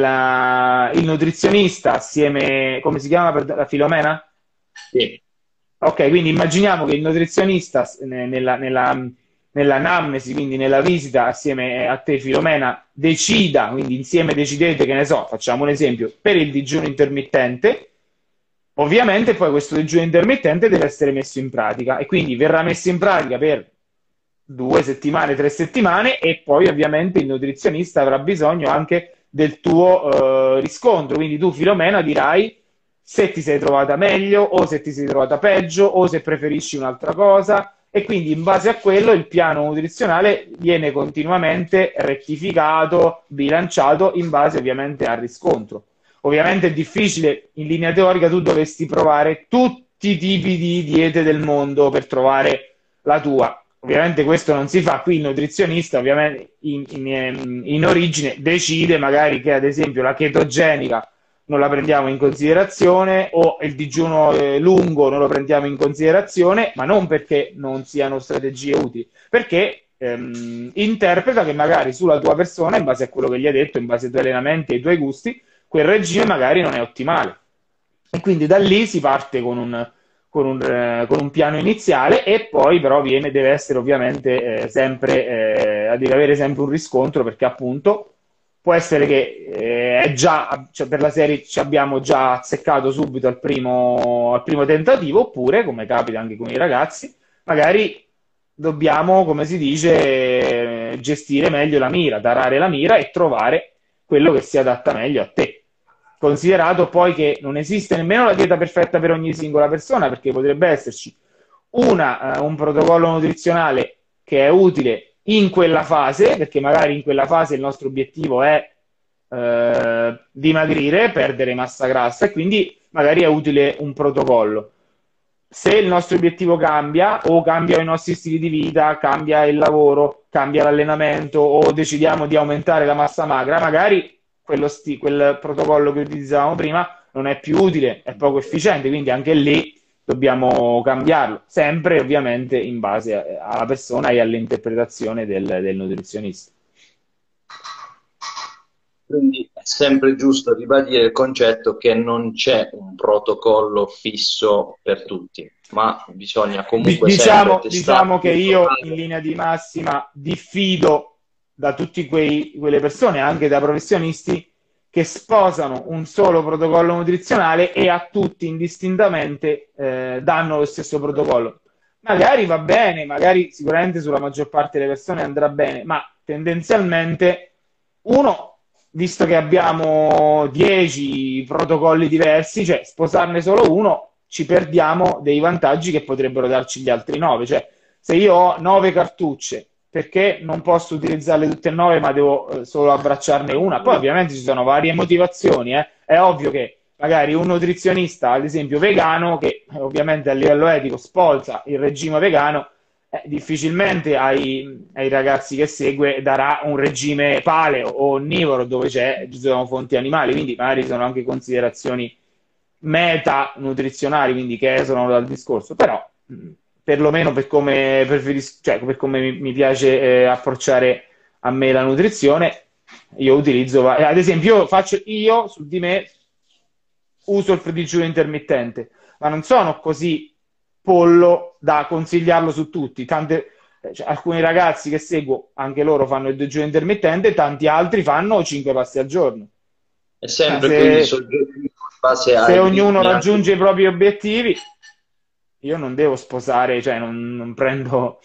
Speaker 2: il nutrizionista assieme, come si chiama per la Filomena?
Speaker 1: Sì.
Speaker 2: Ok, quindi immaginiamo che il nutrizionista nell'anamnesi, quindi nella visita assieme a te Filomena, decida, quindi insieme decidete, che ne so, facciamo un esempio, per il digiuno intermittente. Ovviamente poi questo digiuno intermittente deve essere messo in pratica e quindi verrà messo in pratica per 2 settimane, 3 settimane e poi ovviamente il nutrizionista avrà bisogno anche del tuo riscontro. Quindi tu Filomena dirai se ti sei trovata meglio o se ti sei trovata peggio o se preferisci un'altra cosa e quindi in base a quello il piano nutrizionale viene continuamente rettificato, bilanciato in base ovviamente al riscontro. Ovviamente è difficile, in linea teorica tu dovresti provare tutti i tipi di diete del mondo per trovare la tua. Ovviamente questo non si fa, qui il nutrizionista ovviamente in origine decide magari che ad esempio la chetogenica non la prendiamo in considerazione o il digiuno lungo non lo prendiamo in considerazione, ma non perché non siano strategie utili, perché interpreta che magari sulla tua persona, in base a quello che gli hai detto, in base ai tuoi allenamenti e ai tuoi gusti, quel regime magari non è ottimale. E quindi da lì si parte con un piano iniziale e poi però deve essere ovviamente deve avere sempre un riscontro perché appunto può essere che è già, cioè per la serie ci abbiamo già azzeccato subito al primo tentativo oppure, come capita anche con i ragazzi, magari dobbiamo, come si dice, gestire meglio la mira, tarare la mira e trovare quello che si adatta meglio a te. Considerato poi che non esiste nemmeno la dieta perfetta per ogni singola persona, perché potrebbe esserci un protocollo nutrizionale che è utile in quella fase, perché magari in quella fase il nostro obiettivo è dimagrire, perdere massa grassa e quindi magari è utile un protocollo. Se il nostro obiettivo cambia o cambia i nostri stili di vita, cambia il lavoro, cambia l'allenamento o decidiamo di aumentare la massa magra, magari quel protocollo che utilizzavamo prima non è più utile, è poco efficiente, quindi anche lì dobbiamo cambiarlo, sempre ovviamente in base alla persona e all'interpretazione del nutrizionista.
Speaker 1: Quindi è sempre giusto ribadire il concetto che non c'è un protocollo fisso per tutti, ma bisogna comunque sempre testare.
Speaker 2: Diciamo che io in linea di massima diffido da tutte quelle persone, anche da professionisti, che sposano un solo protocollo nutrizionale e a tutti indistintamente danno lo stesso protocollo. Magari va bene, magari sicuramente sulla maggior parte delle persone andrà bene, ma tendenzialmente uno, visto che abbiamo 10 protocolli diversi, cioè sposarne solo uno, ci perdiamo dei vantaggi che potrebbero darci gli altri 9. Cioè, se io ho 9 cartucce, perché non posso utilizzarle tutte e 9, ma devo solo abbracciarne una? Poi ovviamente ci sono varie motivazioni, eh. È ovvio che magari un nutrizionista, ad esempio vegano, che ovviamente a livello etico spolza il regime vegano, difficilmente ai ragazzi che segue darà un regime paleo o onnivoro dove ci sono fonti animali, quindi magari ci sono anche considerazioni meta nutrizionali, quindi che esulano dal discorso, però perlomeno per come cioè, per come mi piace approcciare a me la nutrizione, io utilizzo, ad esempio, io su di me uso il digiuno intermittente, ma non sono così pollo da consigliarlo su tutti. Cioè, alcuni ragazzi che seguo, anche loro fanno il digiuno intermittente, tanti altri fanno 5 pasti al giorno.
Speaker 1: È sempre quindi soggettivo in base
Speaker 2: se
Speaker 1: ai
Speaker 2: ognuno
Speaker 1: ritmi
Speaker 2: raggiunge i propri obiettivi, io non devo sposare, cioè non prendo...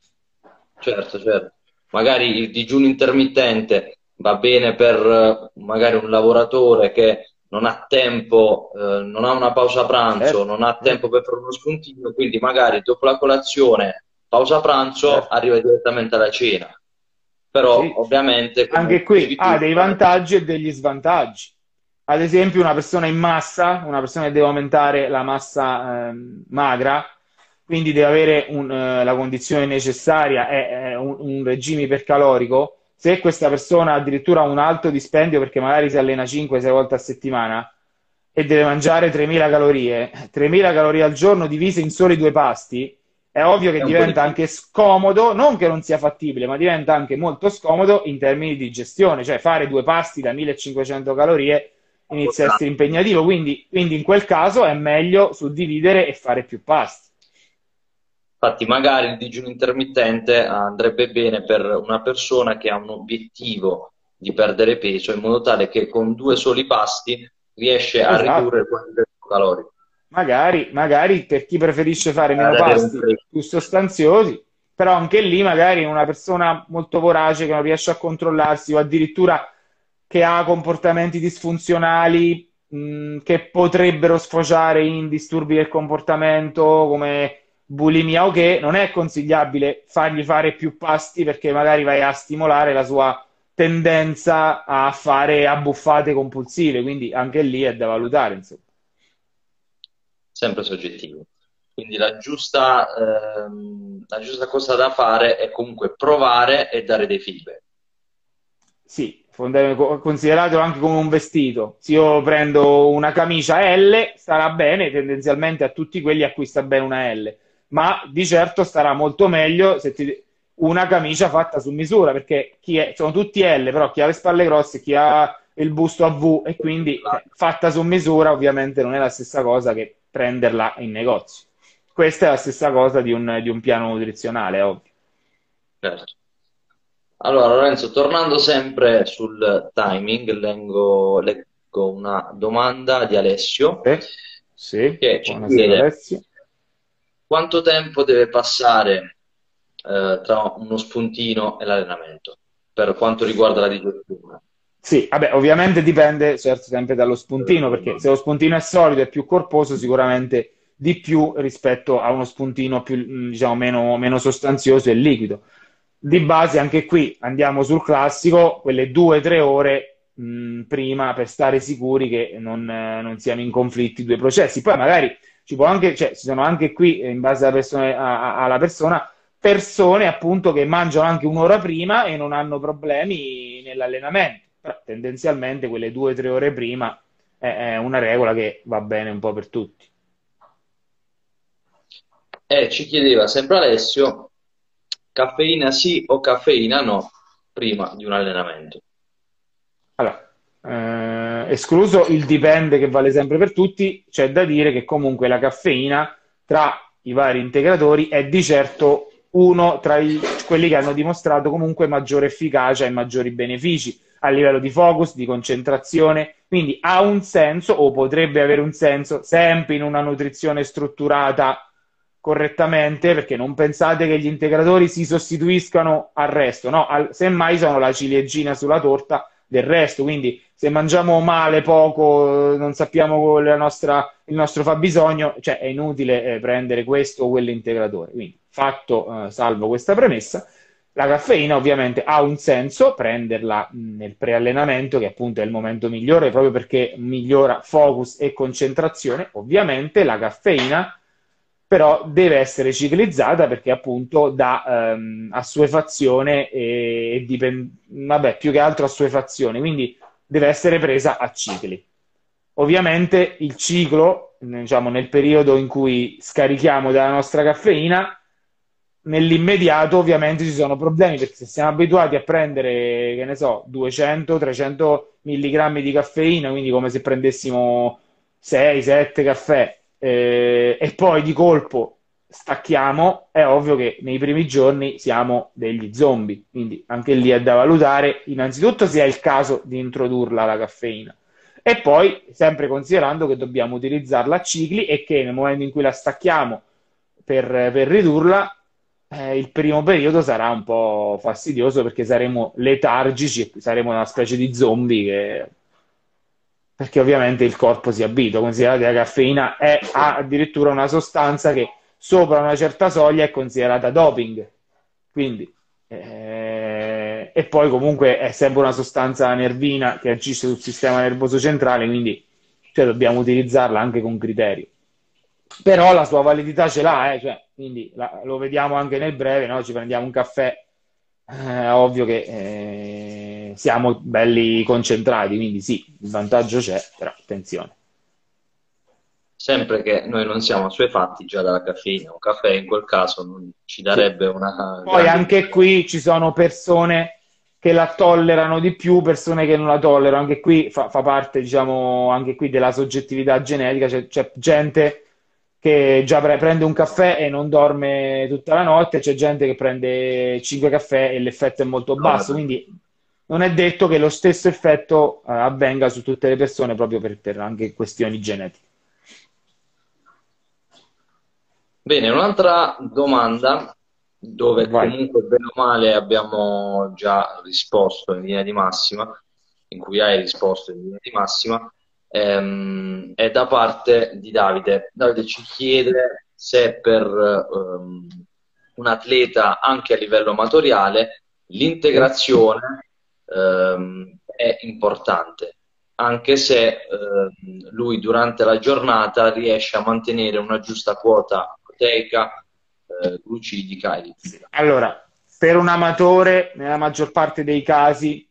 Speaker 1: Certo, certo. Magari il digiuno intermittente va bene per magari un lavoratore che non ha tempo, non ha una pausa pranzo, non ha tempo per fare uno spuntino, quindi magari dopo la colazione, pausa pranzo, arriva direttamente alla cena. Però
Speaker 2: Sì.
Speaker 1: ovviamente...
Speaker 2: Anche qui ha dei vantaggi e degli svantaggi. Ad esempio una persona in massa, una persona che deve aumentare la massa magra, quindi deve avere la condizione necessaria è un regime ipercalorico. Se questa persona addirittura ha un alto dispendio perché magari si allena 5-6 volte a settimana e deve mangiare 3.000 calorie, 3.000 calorie al giorno divise in soli 2 pasti, è ovvio che diventa anche scomodo, non che non sia fattibile, ma diventa anche molto scomodo in termini di gestione, cioè fare 2 pasti da 1.500 calorie inizia a essere impegnativo, quindi in quel caso è meglio suddividere e fare più pasti.
Speaker 1: Infatti magari il digiuno intermittente andrebbe bene per una persona che ha un obiettivo di perdere peso, in modo tale che con 2 soli pasti riesce a ridurre il quantitativo calorico.
Speaker 2: Magari per chi preferisce fare meno pasti più sostanziosi, però anche lì magari una persona molto vorace che non riesce a controllarsi o addirittura che ha comportamenti disfunzionali che potrebbero sfociare in disturbi del comportamento come bulimia o che non è consigliabile fargli fare più pasti perché magari vai a stimolare la sua tendenza a fare abbuffate compulsive, quindi anche lì è da valutare, insomma.
Speaker 1: Sempre soggettivo. Quindi la giusta cosa da fare è comunque provare e dare dei feedback.
Speaker 2: Sì, considerato anche come un vestito. Se io prendo una camicia L, starà bene tendenzialmente a tutti quelli a cui sta bene una L, ma di certo starà molto meglio se una camicia fatta su misura, perché sono tutti L, però chi ha le spalle grosse, chi ha il busto a V e quindi fatta su misura ovviamente non è la stessa cosa che prenderla in negozio. Questa è la stessa cosa di un piano nutrizionale, ovvio.
Speaker 1: Certo. Allora, Lorenzo, tornando sempre sul timing, leggo una domanda di Alessio
Speaker 2: Sì,
Speaker 1: che ci chiede
Speaker 2: Alessio.
Speaker 1: Quanto tempo deve passare tra uno spuntino e l'allenamento per quanto riguarda la digestione?
Speaker 2: Sì, vabbè, ovviamente dipende, certo, sempre dallo spuntino, perché se lo spuntino è solido e più corposo, sicuramente di più rispetto a uno spuntino più, diciamo, meno sostanzioso e liquido. Di base, anche qui andiamo sul classico, quelle 2-3 ore prima per stare sicuri che non siano in conflitti i 2 processi. Poi magari ci sono anche qui, in base alla persona, persone appunto che mangiano anche un'ora prima e non hanno problemi nell'allenamento. Però tendenzialmente quelle 2-3 ore prima è una regola che va bene un po' per tutti.
Speaker 1: Ci chiedeva sempre Alessio, caffeina sì o caffeina no prima di un allenamento?
Speaker 2: Allora, escluso il dipende che vale sempre per tutti, c'è da dire che comunque la caffeina tra i vari integratori è di certo uno tra quelli che hanno dimostrato comunque maggiore efficacia e maggiori benefici a livello di focus, di concentrazione, quindi ha un senso o potrebbe avere un senso sempre in una nutrizione strutturata correttamente, perché non pensate che gli integratori si sostituiscano al resto, no, semmai sono la ciliegina sulla torta del resto, quindi se mangiamo male, poco, non sappiamo il nostro fabbisogno, cioè è inutile prendere questo o quell'integratore. Quindi, fatto salvo questa premessa, la caffeina ovviamente ha un senso prenderla nel preallenamento, che appunto è il momento migliore, proprio perché migliora focus e concentrazione. Ovviamente la caffeina però deve essere ciclizzata perché appunto dà assuefazione vabbè, più che altro assuefazione, quindi deve essere presa a cicli. Ovviamente il ciclo, diciamo, nel periodo in cui scarichiamo dalla nostra caffeina, nell'immediato ovviamente ci sono problemi perché se siamo abituati a prendere, che ne so, 200-300 milligrammi di caffeina, quindi come se prendessimo 6-7 caffè, e poi di colpo stacchiamo, è ovvio che nei primi giorni siamo degli zombie, quindi anche lì è da valutare innanzitutto se è il caso di introdurla la caffeina e poi sempre considerando che dobbiamo utilizzarla a cicli e che nel momento in cui la stacchiamo per ridurla, il primo periodo sarà un po' fastidioso perché saremo letargici, saremo una specie di zombie perché ovviamente il corpo si abitua. Considerate che la caffeina ha addirittura una sostanza che sopra una certa soglia è considerata doping. Quindi, e poi comunque è sempre una sostanza nervina che agisce sul sistema nervoso centrale, quindi cioè, dobbiamo utilizzarla anche con criterio. Però la sua validità ce l'ha, cioè, quindi lo vediamo anche nel breve, no? Ci prendiamo un caffè, ovvio che siamo belli concentrati, quindi sì, il vantaggio c'è, però attenzione.
Speaker 1: Sempre che noi non siamo assuefatti già dalla caffeina. Un caffè in quel caso non ci
Speaker 2: Sì.
Speaker 1: darebbe una
Speaker 2: Poi
Speaker 1: grande
Speaker 2: anche
Speaker 1: differenza.
Speaker 2: qui ci sono persone che la tollerano di più, persone che non la tollerano, anche qui fa parte, diciamo, anche qui della soggettività genetica, c'è gente che già prende un caffè e non dorme tutta la notte, c'è gente che prende 5 caffè e l'effetto è molto basso, quindi non è detto che lo stesso effetto avvenga su tutte le persone proprio per anche questioni genetiche.
Speaker 1: Bene, un'altra domanda dove
Speaker 2: Vai.
Speaker 1: comunque bene o male abbiamo già risposto in linea di massima, in cui hai risposto in linea di massima, è da parte di Davide. Davide ci chiede se per un atleta anche a livello amatoriale
Speaker 2: Sì.
Speaker 1: l'integrazione è importante, anche se lui durante la giornata riesce a mantenere una giusta quota proteica, glucidica e lipidica.
Speaker 2: Allora, per un amatore, nella maggior parte dei casi,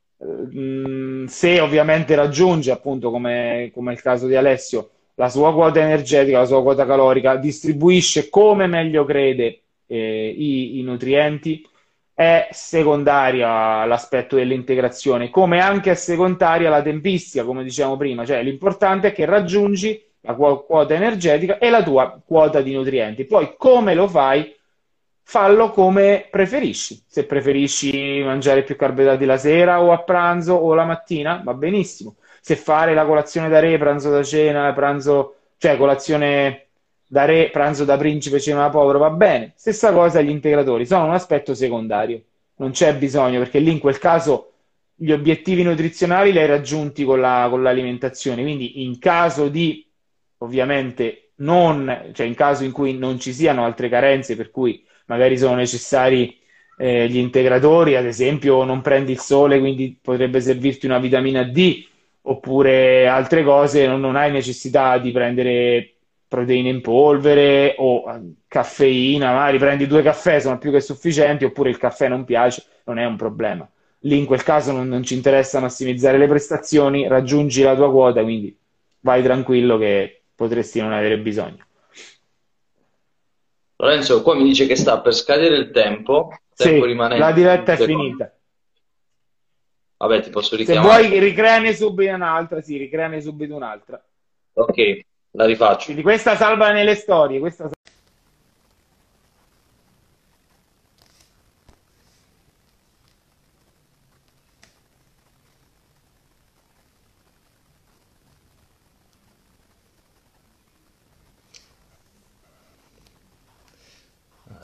Speaker 2: se ovviamente raggiunge, appunto, come il caso di Alessio, la sua quota energetica, la sua quota calorica, distribuisce come meglio crede i nutrienti, è secondaria l'aspetto dell'integrazione, come anche è secondaria la tempistica, come dicevamo prima, cioè l'importante è che raggiungi la quota energetica e la tua quota di nutrienti. Poi come lo fai? Fallo come preferisci. Se preferisci mangiare più carboidrati la sera o a pranzo o la mattina, va benissimo. Se fare la colazione da re, pranzo da cena, pranzo, cioè colazione da re, pranzo da principe, cena da povero, va bene. Stessa cosa gli integratori, sono un aspetto secondario. Non c'è bisogno, perché lì in quel caso gli obiettivi nutrizionali li hai raggiunti con con l'alimentazione. Quindi in caso di, ovviamente, non, cioè in caso in cui non ci siano altre carenze, per cui magari sono necessari gli integratori, ad esempio non prendi il sole, quindi potrebbe servirti una vitamina D, oppure altre cose, non hai necessità di prendere proteine in polvere o caffeina, magari prendi 2 caffè, sono più che sufficienti, oppure il caffè non piace, non è un problema. Lì in quel caso non ci interessa massimizzare le prestazioni, raggiungi la tua quota, quindi vai tranquillo che potresti non avere bisogno.
Speaker 1: Lorenzo, qua mi dice che sta per scadere il tempo
Speaker 2: Sì, la
Speaker 1: rimanente
Speaker 2: diretta
Speaker 1: un
Speaker 2: è
Speaker 1: secondo.
Speaker 2: finita.
Speaker 1: Vabbè, ti posso
Speaker 2: Se
Speaker 1: richiamare?
Speaker 2: vuoi ricreane subito un'altra, sì, ricreane subito un'altra.
Speaker 1: Ok, la rifaccio.
Speaker 2: Quindi questa salva nelle storie, questa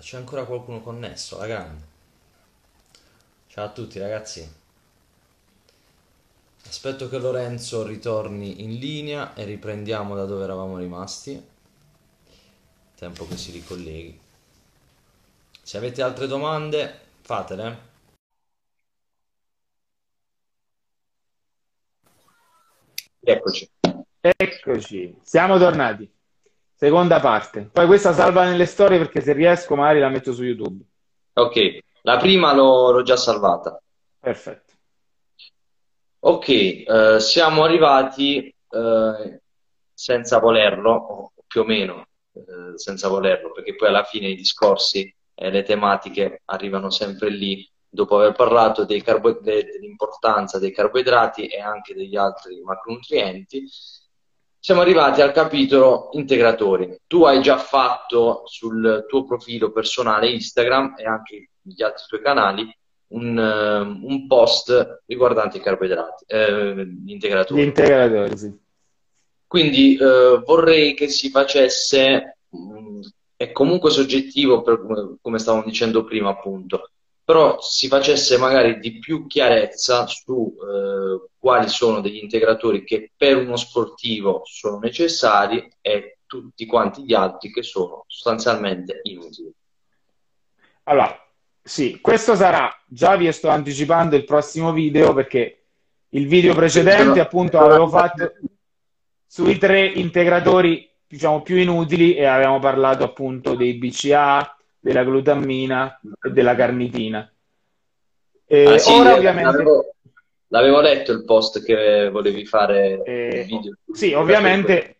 Speaker 1: c'è ancora qualcuno connesso, la grande. Ciao a tutti ragazzi. Aspetto che Lorenzo ritorni in linea e riprendiamo da dove eravamo rimasti. Tempo che si ricolleghi. Se avete altre domande, fatele. Eccoci.
Speaker 2: Eccoci, siamo tornati. Seconda parte. Poi questa salva nelle storie perché se riesco magari la metto su YouTube.
Speaker 1: Ok, la prima l'ho già salvata.
Speaker 2: Perfetto.
Speaker 1: Ok, siamo arrivati senza volerlo, o più o meno senza volerlo, perché poi alla fine i discorsi e le tematiche arrivano sempre lì, dopo aver parlato dell'importanza dei carboidrati e anche degli altri macronutrienti. Siamo arrivati al capitolo integratori. Tu hai già fatto sul tuo profilo personale Instagram e anche gli altri tuoi canali un post riguardante i carboidrati, gli
Speaker 2: Gli
Speaker 1: integratori.
Speaker 2: integratori, sì.
Speaker 1: Quindi vorrei che si facesse, è comunque soggettivo come stavamo dicendo prima appunto, però si facesse magari di più chiarezza su quali sono degli integratori che per uno sportivo sono necessari e tutti quanti gli altri che sono sostanzialmente inutili.
Speaker 2: Allora, sì, questo sarà, già vi sto anticipando il prossimo video perché il video precedente appunto avevo fatto sui 3 integratori, diciamo, più inutili e avevamo parlato appunto dei BCA, della glutammina e della carnitina.
Speaker 1: Ah
Speaker 2: E
Speaker 1: sì,
Speaker 2: ora ovviamente,
Speaker 1: l'avevo letto il post che volevi fare il
Speaker 2: eh,
Speaker 1: video.
Speaker 2: sì,
Speaker 1: Era per quello.
Speaker 2: ovviamente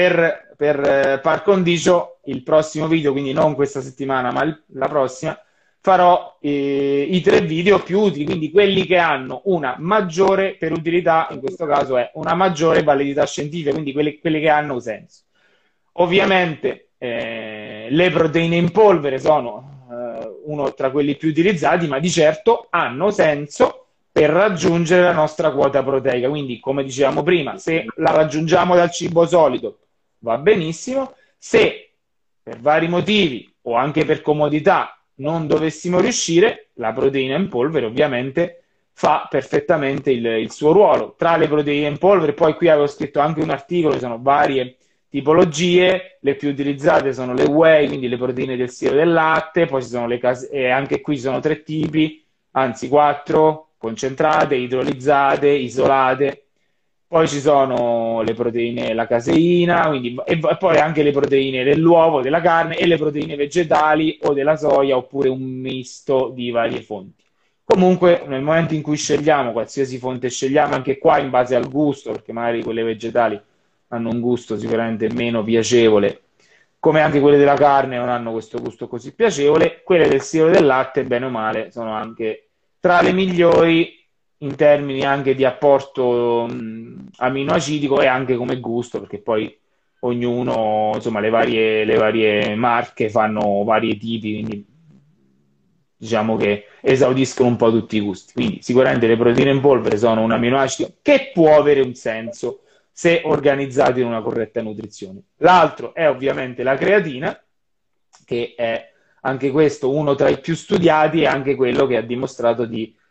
Speaker 2: per par condicio il prossimo video, quindi non questa settimana ma la prossima, farò i 3 video più utili, quindi quelli che hanno una maggiore, per utilità, in questo caso è una maggiore validità scientifica, quindi quelli che hanno senso. Ovviamente le proteine in polvere sono uno tra quelli più utilizzati, ma di certo hanno senso per raggiungere la nostra quota proteica. Quindi, come dicevamo prima, se la raggiungiamo dal cibo solido va benissimo, se per vari motivi o anche per comodità non dovessimo riuscire, la proteina in polvere ovviamente fa perfettamente il suo ruolo. Tra le proteine in polvere, poi qui avevo scritto anche un articolo, ci sono varie tipologie, le più utilizzate sono le whey, quindi le proteine del siero del latte, poi ci sono e anche qui ci sono 3 tipi, anzi 4, concentrate, idrolizzate, isolate. Poi ci sono le proteine, la caseina, e poi anche le proteine dell'uovo, della carne e le proteine vegetali o della soia oppure un misto di varie fonti. Comunque, nel momento in cui scegliamo qualsiasi fonte scegliamo, anche qua in base al gusto, perché magari quelle vegetali hanno un gusto sicuramente meno piacevole, come anche quelle della carne non hanno questo gusto così piacevole, quelle del siero del latte, bene o male, sono anche tra le migliori in termini anche di apporto aminoacidico e anche come gusto, perché poi ognuno, insomma, le varie marche fanno vari tipi, quindi diciamo che esaudiscono un po' tutti i gusti. Quindi sicuramente le proteine in polvere sono un aminoacido che può avere un senso se organizzato in una corretta nutrizione. L'altro è ovviamente la creatina, che è anche questo uno tra i più studiati e anche quello che ha dimostrato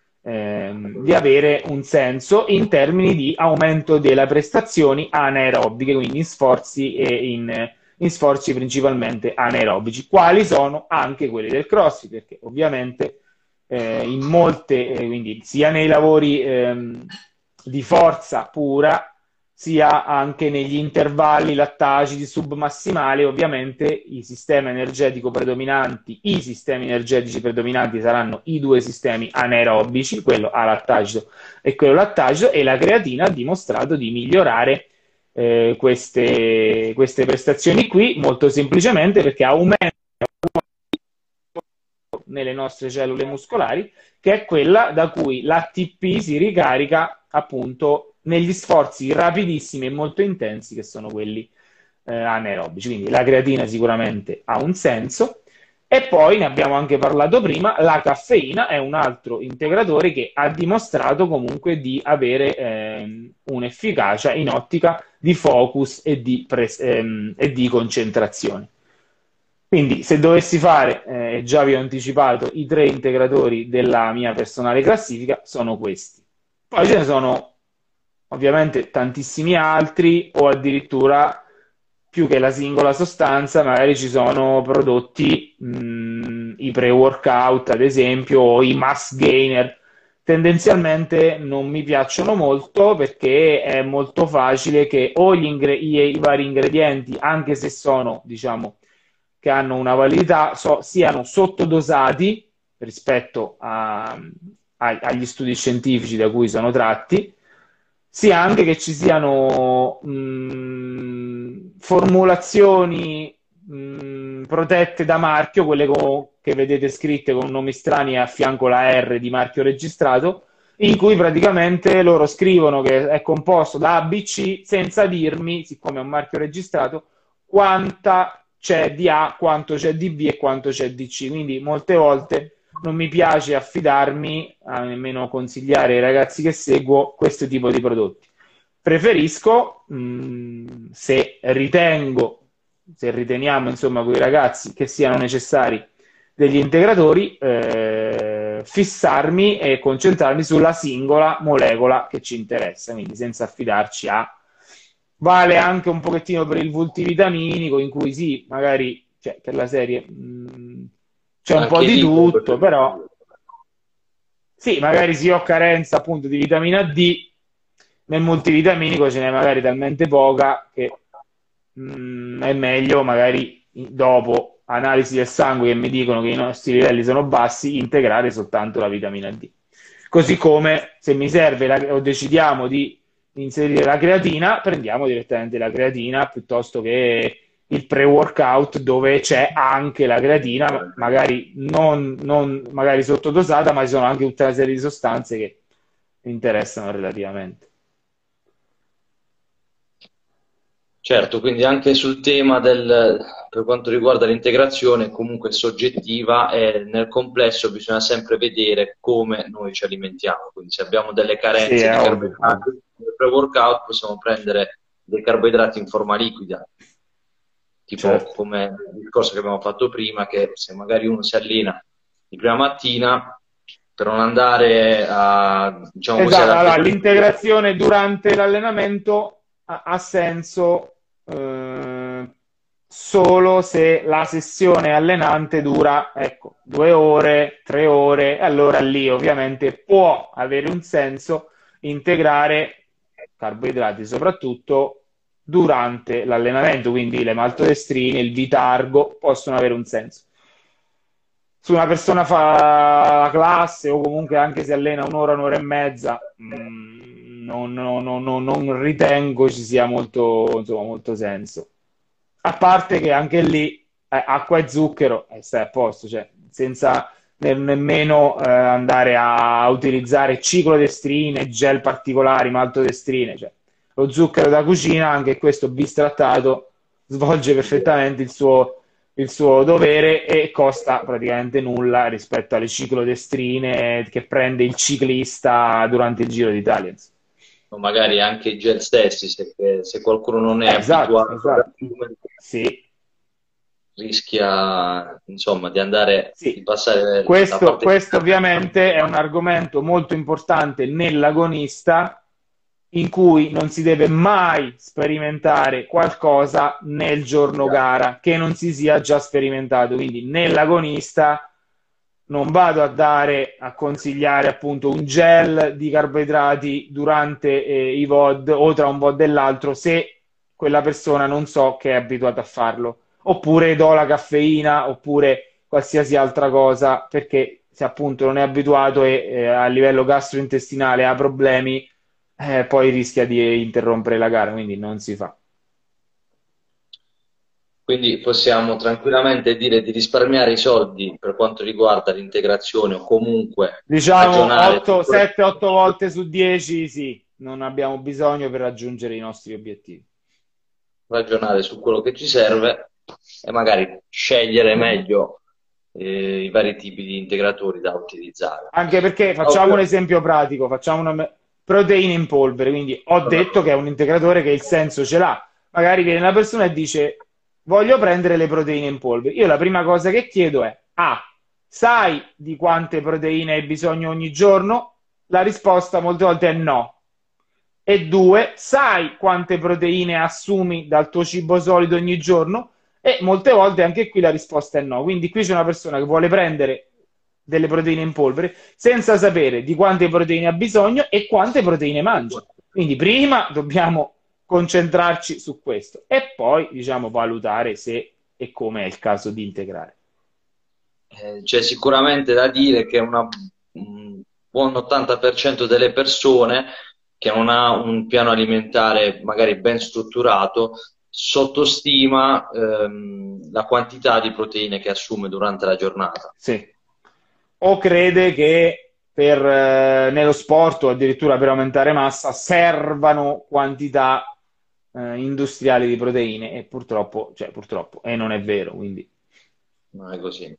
Speaker 2: di avere un senso in termini di aumento delle prestazioni anaerobiche, quindi in sforzi e in sforzi principalmente anaerobici, quali sono anche quelli del CrossFit, perché ovviamente in molte, quindi sia nei lavori di forza pura, sia anche negli intervalli lattacidi submassimali, ovviamente i sistemi energetici predominanti saranno i 2 sistemi anaerobici, quello alattacido e quello lattacido, e la creatina ha dimostrato di migliorare queste prestazioni qui molto semplicemente perché aumenta nelle nostre cellule muscolari, che è quella da cui l'ATP si ricarica appunto negli sforzi rapidissimi e molto intensi che sono quelli anaerobici. Quindi la creatina sicuramente ha un senso. E poi ne abbiamo anche parlato prima, la caffeina è un altro integratore che ha dimostrato comunque di avere un'efficacia in ottica di focus e di concentrazione. Quindi se dovessi fare, già vi ho anticipato, i 3 integratori della mia personale classifica sono questi. Poi ce ne sono ovviamente tantissimi altri o addirittura più che la singola sostanza, magari ci sono prodotti, i pre-workout ad esempio, o i mass gainer. Tendenzialmente non mi piacciono molto perché è molto facile che o i vari ingredienti, anche se sono, diciamo, che hanno una validità, siano sottodosati rispetto agli studi scientifici da cui sono tratti, sia anche che ci siano formulazioni protette da marchio, quelle che vedete scritte con nomi strani e a fianco la R di marchio registrato, in cui praticamente loro scrivono che è composto da ABC senza dirmi, siccome è un marchio registrato, quanta c'è di A, quanto c'è di B e quanto c'è di C. Quindi molte volte non mi piace affidarmi a nemmeno consigliare ai ragazzi che seguo questo tipo di prodotti. Preferisco, se riteniamo insomma con i ragazzi che siano necessari degli integratori, fissarmi e concentrarmi sulla singola molecola che ci interessa, quindi senza affidarci a... Vale anche un pochettino per il multivitaminico, in cui sì, magari cioè, per la serie c'è un po'
Speaker 1: Anche
Speaker 2: di
Speaker 1: lì,
Speaker 2: tutto, però sì, magari se ho carenza appunto di vitamina D, nel multivitaminico ce n'è magari talmente poca che è meglio magari dopo analisi del sangue che mi dicono che i nostri livelli sono bassi, integrare soltanto la vitamina D. Così come se mi serve o decidiamo di inserire la creatina, prendiamo direttamente la creatina piuttosto che il pre-workout dove c'è anche la creatina, magari non magari sottodosata, ma ci sono anche tutta una serie di sostanze che interessano relativamente.
Speaker 1: certo, quindi anche sul tema per quanto riguarda l'integrazione, comunque soggettiva e nel complesso bisogna sempre vedere come noi ci alimentiamo. Quindi se abbiamo delle
Speaker 2: Sì,
Speaker 1: carenze
Speaker 2: è
Speaker 1: di
Speaker 2: ovvio, ovvio.
Speaker 1: carboidrati, nel pre-workout possiamo prendere dei carboidrati in forma liquida, tipo
Speaker 2: Certo.
Speaker 1: come il discorso che abbiamo fatto prima, che se magari uno si allena di prima mattina, per non andare a, diciamo così, ad
Speaker 2: Esatto, allora,
Speaker 1: appetire.
Speaker 2: l'integrazione durante l'allenamento ha senso solo se la sessione allenante dura, ecco, 2 ore, 3 ore, e allora lì ovviamente può avere un senso integrare carboidrati soprattutto durante l'allenamento, quindi le maltodestrine, il vitargo possono avere un senso. Se una persona fa la classe o comunque anche se allena un'ora, un'ora e mezza, non ritengo ci sia molto, insomma, molto senso. A parte che anche lì acqua e zucchero stai a posto, cioè senza nemmeno andare a utilizzare ciclodestrine, gel particolari, maltodestrine, cioè lo zucchero da cucina, anche questo bistrattato, svolge perfettamente il suo dovere e costa praticamente nulla rispetto alle ciclodestrine che prende il ciclista durante il Giro d'Italia.
Speaker 1: O magari anche i gel stessi, se qualcuno non è
Speaker 2: Esatto,
Speaker 1: abituato ad
Speaker 2: esatto.
Speaker 1: assumere,
Speaker 2: Sì,
Speaker 1: rischia insomma di
Speaker 2: sì.
Speaker 1: passare la
Speaker 2: Questo,
Speaker 1: parte
Speaker 2: questo ovviamente è un argomento molto importante nell'agonista in cui non si deve mai sperimentare qualcosa nel giorno gara che non si sia già sperimentato. Quindi nell'agonista non vado a consigliare appunto un gel di carboidrati durante i VOD o tra un VOD e l'altro se quella persona non so che è abituata a farlo. Oppure do la caffeina oppure qualsiasi altra cosa perché se appunto non è abituato e a livello gastrointestinale ha problemi, poi rischia di interrompere la gara, quindi non si fa.
Speaker 1: Quindi possiamo tranquillamente dire di risparmiare i soldi per quanto riguarda l'integrazione o comunque
Speaker 2: Diciamo
Speaker 1: ragionare,
Speaker 2: 7-8 volte su 10, sì, non abbiamo bisogno per raggiungere i nostri obiettivi.
Speaker 1: ragionare su quello che ci serve e magari scegliere meglio i vari tipi di integratori da utilizzare.
Speaker 2: Anche perché facciamo un esempio pratico, facciamo una proteina in polvere, quindi ho detto che è un integratore che il senso ce l'ha. Magari viene una persona e dice voglio prendere le proteine in polvere. Io la prima cosa che chiedo è: A, sai di quante proteine hai bisogno ogni giorno? La risposta molte volte è no. E due, sai quante proteine assumi dal tuo cibo solido ogni giorno? E molte volte anche qui la risposta è no. Quindi qui c'è una persona che vuole prendere delle proteine in polvere senza sapere di quante proteine ha bisogno e quante proteine mangia. Quindi prima dobbiamo concentrarci su questo e poi, diciamo, valutare se e come è il caso di integrare.
Speaker 1: C'è sicuramente da dire che un buon 80% delle persone che non ha un piano alimentare magari ben strutturato sottostima la quantità di proteine che assume durante la giornata.
Speaker 2: Sì. O crede che nello sport o addirittura per aumentare massa servano quantità industriali di proteine e purtroppo, e non è vero, quindi.
Speaker 1: Non è così.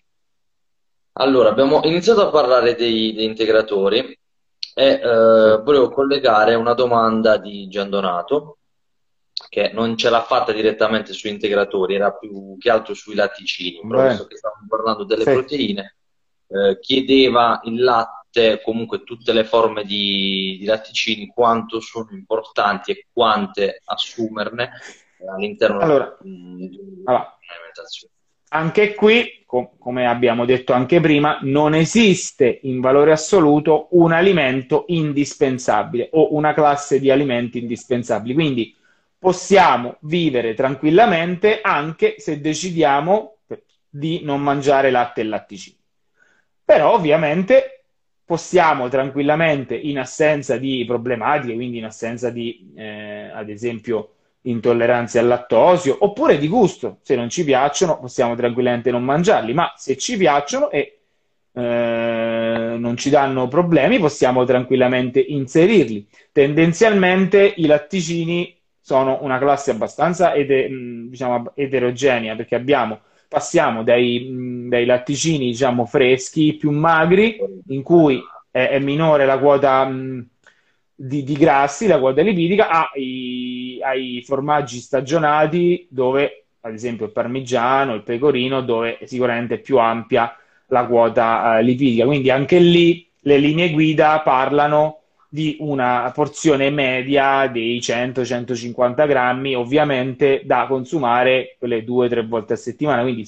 Speaker 1: Allora, abbiamo iniziato a parlare degli integratori e
Speaker 2: Sì.
Speaker 1: volevo collegare una domanda di Giandonato, che non ce l'ha fatta direttamente sui integratori, era più che altro sui latticini, però
Speaker 2: Bene.
Speaker 1: visto che stavamo parlando delle
Speaker 2: Sì.
Speaker 1: proteine, chiedeva il latte, comunque tutte le forme di latticini, quanto sono importanti e quante assumerne all'interno
Speaker 2: Allora,
Speaker 1: di
Speaker 2: allora,
Speaker 1: un'alimentazione.
Speaker 2: anche qui, come abbiamo detto anche prima, non esiste in valore assoluto un alimento indispensabile o una classe di alimenti indispensabili. Quindi possiamo vivere tranquillamente anche se decidiamo di non mangiare latte e latticini. Però ovviamente possiamo tranquillamente, in assenza di problematiche, quindi in assenza di, ad esempio, intolleranze al lattosio, oppure di gusto, se non ci piacciono possiamo tranquillamente non mangiarli, ma se ci piacciono e non ci danno problemi possiamo tranquillamente inserirli. Tendenzialmente i latticini sono una classe abbastanza diciamo, eterogenea perché passiamo dai latticini diciamo, freschi, più magri, in cui è minore la quota di grassi, la quota lipidica, ai formaggi stagionati dove, ad esempio, il parmigiano, il pecorino, dove sicuramente è più ampia la quota lipidica. Quindi anche lì le linee guida parlano di una porzione media dei 100-150 grammi, ovviamente da consumare quelle 2 o 3 volte a settimana. Quindi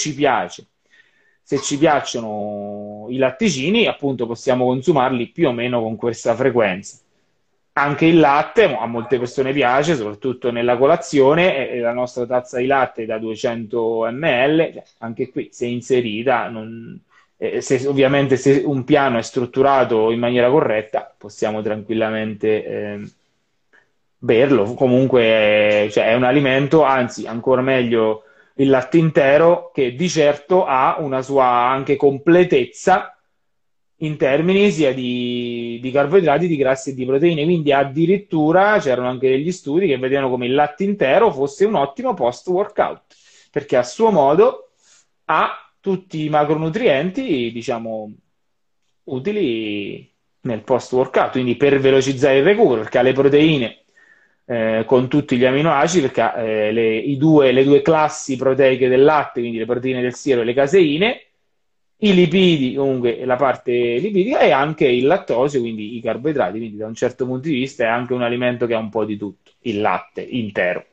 Speaker 2: se ci piacciono i latticini, appunto possiamo consumarli più o meno con questa frequenza. Anche il latte a molte persone piace, soprattutto nella colazione, e la nostra tazza di latte da 200 ml, cioè, anche qui se inserita, ovviamente se un piano è strutturato in maniera corretta, possiamo tranquillamente berlo. Comunque cioè, è un alimento, anzi ancora meglio il latte intero, che di certo ha una sua anche completezza in termini sia di carboidrati, di grassi e di proteine. Quindi addirittura c'erano anche degli studi che vedevano come il latte intero fosse un ottimo post-workout, perché a suo modo ha tutti i macronutrienti, diciamo, utili nel post-workout, quindi per velocizzare il recupero, perché ha le proteine con tutti gli aminoacidi, perché ha le due classi proteiche del latte, quindi le proteine del siero e le caseine, i lipidi, comunque la parte lipidica, e anche il lattosio, quindi i carboidrati, quindi da un certo punto di vista è anche un alimento che ha un po' di tutto, il latte intero.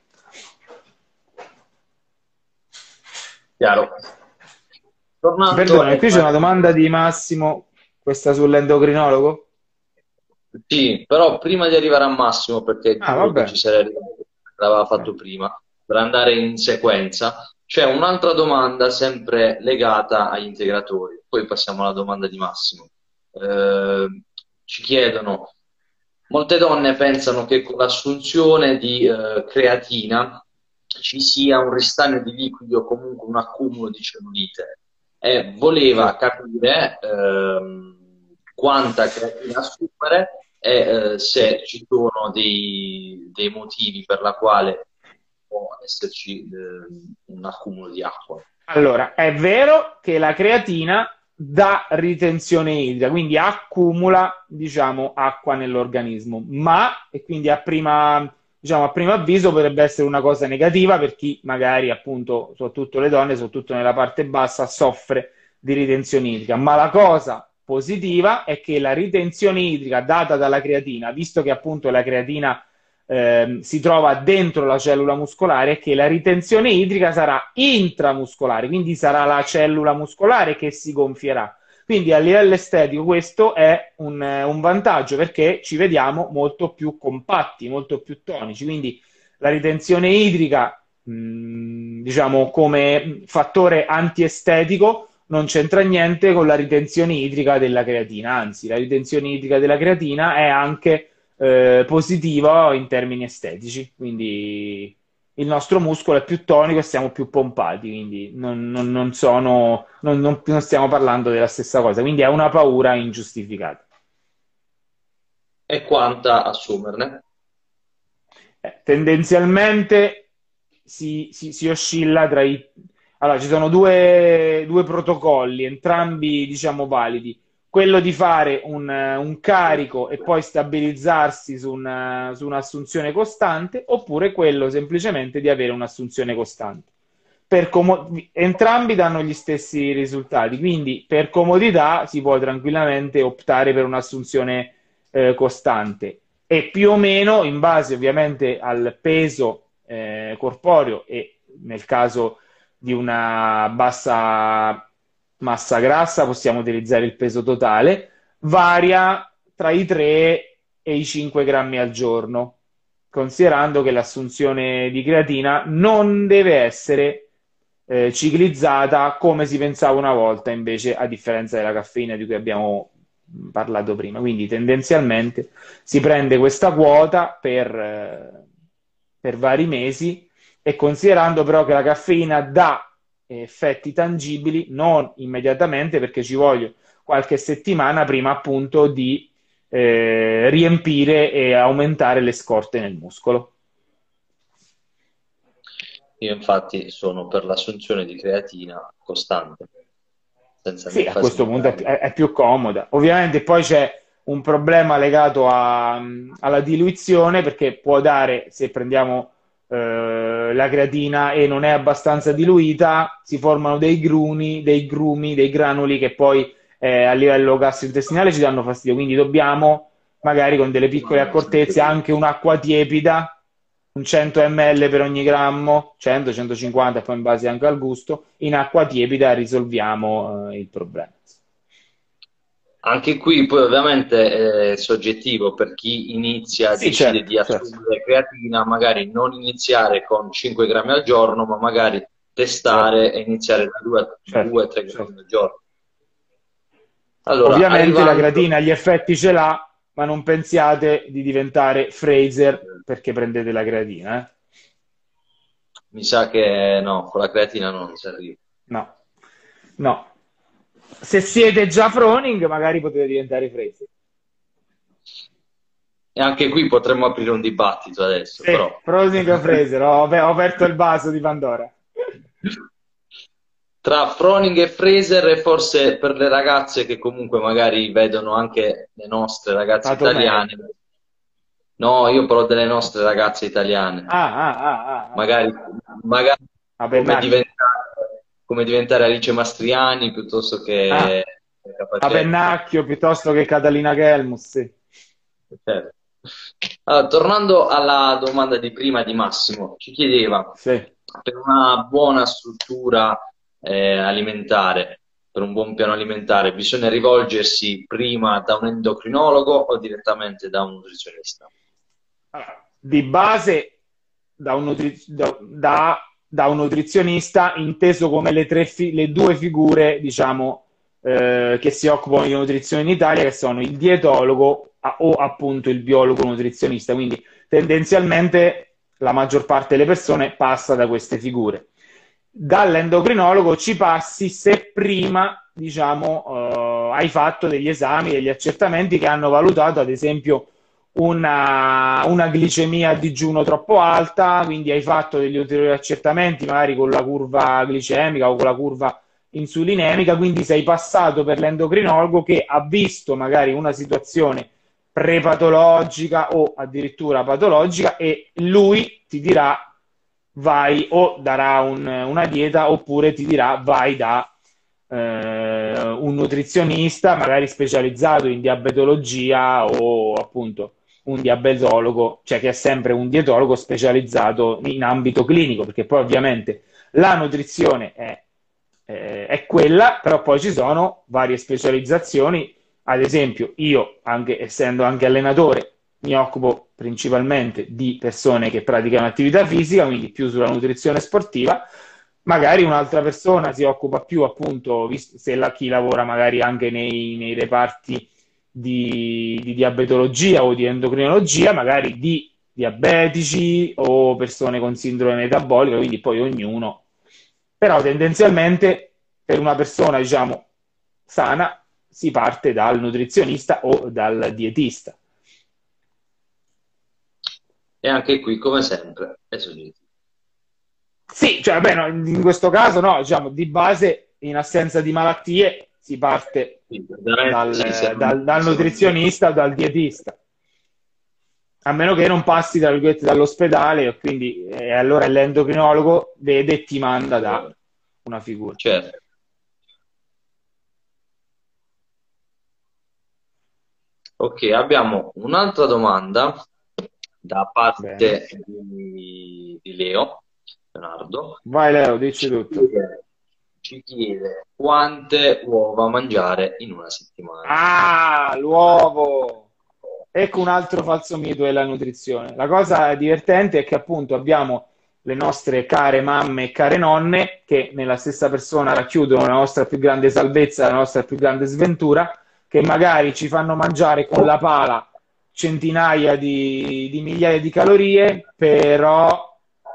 Speaker 1: Chiaro. Tornando
Speaker 2: Perdona,
Speaker 1: ai
Speaker 2: qui c'è una domanda di Massimo, questa sull'endocrinologo?
Speaker 1: Sì, però prima di arrivare a Massimo, perché
Speaker 2: Ah,
Speaker 1: giuro che
Speaker 2: vabbè.
Speaker 1: ci sarei arrivato, l'aveva fatto prima, per andare in sequenza, c'è un'altra domanda sempre legata agli integratori. Poi passiamo alla domanda di Massimo. Ci chiedono, molte donne pensano che con l'assunzione di creatina ci sia un ristagno di liquido o comunque un accumulo di cellulite e voleva
Speaker 2: Sì.
Speaker 1: capire quanta creatina assumere e se ci sono dei motivi per la quale può esserci un accumulo di acqua.
Speaker 2: Allora, è vero che la creatina dà ritenzione idrica, quindi accumula, diciamo, acqua nell'organismo, ma, e quindi a prima diciamo, a primo avviso potrebbe essere una cosa negativa per chi magari, appunto, soprattutto le donne, soprattutto nella parte bassa, soffre di ritenzione idrica. Ma la cosa positiva è che la ritenzione idrica data dalla creatina, visto che appunto la creatina si trova dentro la cellula muscolare, è che la ritenzione idrica sarà intramuscolare, quindi sarà la cellula muscolare che si gonfierà. Quindi a livello estetico questo è un vantaggio perché ci vediamo molto più compatti, molto più tonici. Quindi la ritenzione idrica, diciamo, come fattore antiestetico non c'entra niente con la ritenzione idrica della creatina, anzi la ritenzione idrica della creatina è anche positiva in termini estetici, quindi il nostro muscolo è più tonico e siamo più pompati, quindi non stiamo parlando della stessa cosa, quindi è una paura ingiustificata.
Speaker 1: E quanta assumerne?
Speaker 2: Tendenzialmente si oscilla tra i... Allora, ci sono due protocolli, entrambi, diciamo, validi. Quello di fare un carico e poi stabilizzarsi su un'assunzione costante, oppure quello semplicemente di avere un'assunzione costante. Entrambi danno gli stessi risultati, quindi per comodità si può tranquillamente optare per un'assunzione costante e più o meno in base ovviamente al peso corporeo e nel caso di una bassa massa grassa possiamo utilizzare il peso totale, varia tra i 3 e i 5 grammi al giorno, considerando che l'assunzione di creatina non deve essere ciclizzata come si pensava una volta, invece, a differenza della caffeina di cui abbiamo parlato prima. Quindi tendenzialmente si prende questa quota per vari mesi e considerando però che la caffeina dà effetti tangibili, non immediatamente perché ci voglio qualche settimana prima appunto di riempire e aumentare le scorte nel muscolo.
Speaker 1: Io infatti sono per l'assunzione di creatina costante, senza né
Speaker 2: Sì, a questo punto
Speaker 1: facilitare.
Speaker 2: è più comoda. Ovviamente poi c'è un problema legato alla diluizione, perché può dare, se prendiamo la creatina e non è abbastanza diluita, si formano dei grumi, dei grumi, dei granuli che poi a livello gastrointestinale ci danno fastidio. Quindi dobbiamo, magari con delle piccole accortezze, anche un'acqua tiepida, un 100 ml per ogni grammo, 100, 150, poi in base anche al gusto, in acqua tiepida risolviamo il problema.
Speaker 1: Anche qui poi ovviamente è soggettivo per chi inizia,
Speaker 2: Sì,
Speaker 1: decide
Speaker 2: certo,
Speaker 1: di
Speaker 2: certo,
Speaker 1: assumere creatina, magari non iniziare con 5 grammi al giorno, ma magari
Speaker 2: certo,
Speaker 1: testare e iniziare da
Speaker 2: certo,
Speaker 1: 2-3 grammi
Speaker 2: certo.
Speaker 1: al giorno. Allora,
Speaker 2: Ovviamente la
Speaker 1: arrivando,
Speaker 2: creatina gli effetti ce l'ha, ma non pensiate di diventare Fraser perché prendete la creatina, eh?
Speaker 1: mi sa che no, con la creatina non si arriva.
Speaker 2: No, no. Se siete già Froning, magari potete diventare Fraser.
Speaker 1: E anche qui potremmo aprire un dibattito adesso,
Speaker 2: Sì,
Speaker 1: però.
Speaker 2: Froning o Fraser, ho aperto il vaso di Pandora.
Speaker 1: Tra Froning e Fraser e forse per le ragazze che comunque magari vedono anche le nostre ragazze
Speaker 2: Atomei.
Speaker 1: italiane. No, io parlo delle nostre ragazze italiane.
Speaker 2: Ah.
Speaker 1: Magari, magari
Speaker 2: A
Speaker 1: come
Speaker 2: pennacchio.
Speaker 1: come diventare Alice Mastriani piuttosto
Speaker 2: Ah,
Speaker 1: che
Speaker 2: a
Speaker 1: Capacetto.
Speaker 2: pennacchio piuttosto che Catalina Gelmus, sì.
Speaker 1: Certo. Allora, tornando alla domanda di prima di Massimo, ci chiedeva
Speaker 2: Sì.
Speaker 1: per una buona struttura alimentare, per un buon piano alimentare, bisogna rivolgersi prima da un endocrinologo o direttamente da un nutrizionista?
Speaker 2: Allora, di base da un nutrizionista, inteso come le due figure, diciamo, che si occupano di nutrizione in Italia, che sono il dietologo o appunto il biologo nutrizionista. Quindi tendenzialmente la maggior parte delle persone passa da queste figure. Dall'endocrinologo ci passi se prima, diciamo, hai fatto degli esami, degli accertamenti che hanno valutato, ad esempio, una glicemia a digiuno troppo alta, quindi hai fatto degli ulteriori accertamenti, magari con la curva glicemica o con la curva insulinemica, quindi sei passato per l'endocrinologo che ha visto magari una situazione prepatologica o addirittura patologica, e lui ti dirà vai, o darà una dieta, oppure ti dirà vai da un nutrizionista magari specializzato in diabetologia, o appunto un diabetologo, cioè che è sempre un dietologo specializzato in ambito clinico, perché poi ovviamente la nutrizione è quella, però poi ci sono varie specializzazioni. Ad esempio, io, anche essendo anche allenatore, mi occupo principalmente di persone che praticano attività fisica, quindi più sulla nutrizione sportiva. Magari un'altra persona si occupa più, appunto, se chi lavora magari anche nei reparti di diabetologia o di endocrinologia, magari di diabetici o persone con sindrome metabolica, quindi poi ognuno. Però tendenzialmente per una persona, diciamo, sana si parte dal nutrizionista o dal dietista.
Speaker 1: E anche qui, come sempre, è soggettivo.
Speaker 2: Sì, cioè, beh, no, in questo caso no, diciamo, di base, in assenza di malattie, si parte
Speaker 1: Sì, veramente sì,
Speaker 2: dal nutrizionista o dal dietista. A meno che non passi, tra virgolette, dall'ospedale, e quindi allora l'endocrinologo vede e ti manda da una figura.
Speaker 1: certo. Ok, abbiamo un'altra domanda da
Speaker 2: Bene.
Speaker 1: parte di Leo, Leonardo.
Speaker 2: Vai Leo, dici
Speaker 1: Ci
Speaker 2: tutto.
Speaker 1: chiede, ci chiede quante uova mangiare in una settimana.
Speaker 2: Ah, l'uovo! Ecco un altro falso mito della nutrizione. La cosa divertente è che appunto abbiamo le nostre care mamme e care nonne che nella stessa persona racchiudono la nostra più grande salvezza, la nostra più grande sventura, che magari ci fanno mangiare con la pala centinaia di migliaia di calorie, però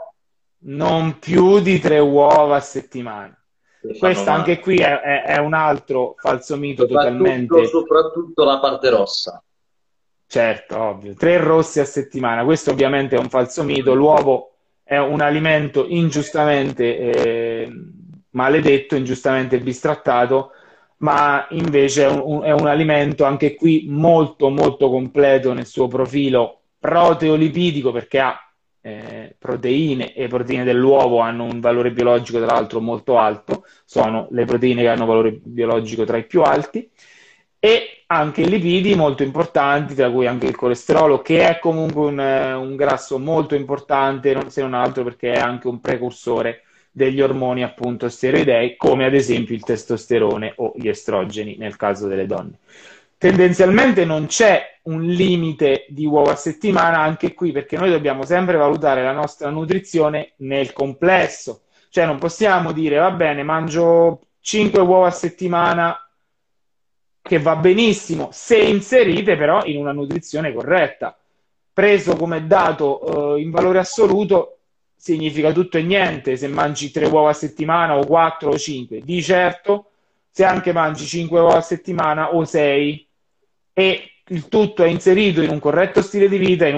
Speaker 2: non più di 3 uova a settimana.
Speaker 1: Che fanno
Speaker 2: Questo anche
Speaker 1: male.
Speaker 2: qui è un altro falso mito
Speaker 1: Soprattutto,
Speaker 2: totalmente.
Speaker 1: soprattutto la parte rossa.
Speaker 2: Certo, ovvio. 3 rossi a settimana. Questo ovviamente è un falso mito. L'uovo è un alimento ingiustamente maledetto, ingiustamente bistrattato, ma invece è un alimento anche qui molto molto completo nel suo profilo proteolipidico, perché ha proteine, e le proteine dell'uovo hanno un valore biologico tra l'altro molto alto, sono le proteine che hanno valore biologico tra i più alti, e anche i lipidi molto importanti, tra cui anche il colesterolo, che è comunque un grasso molto importante, se non altro perché è anche un precursore degli ormoni appunto steroidei, come ad esempio il testosterone o gli estrogeni nel caso delle donne. Tendenzialmente non c'è un limite di uova a settimana, anche qui, perché noi dobbiamo sempre valutare la nostra nutrizione nel complesso. Cioè non possiamo dire, va bene, mangio 5 uova a settimana, che va benissimo se inserite però in una nutrizione corretta. Preso come dato in valore assoluto significa tutto e niente se mangi 3 uova a settimana o 4 o 5. Di certo, se anche mangi 5 uova a settimana o 6 e il tutto è inserito in un corretto stile di vita,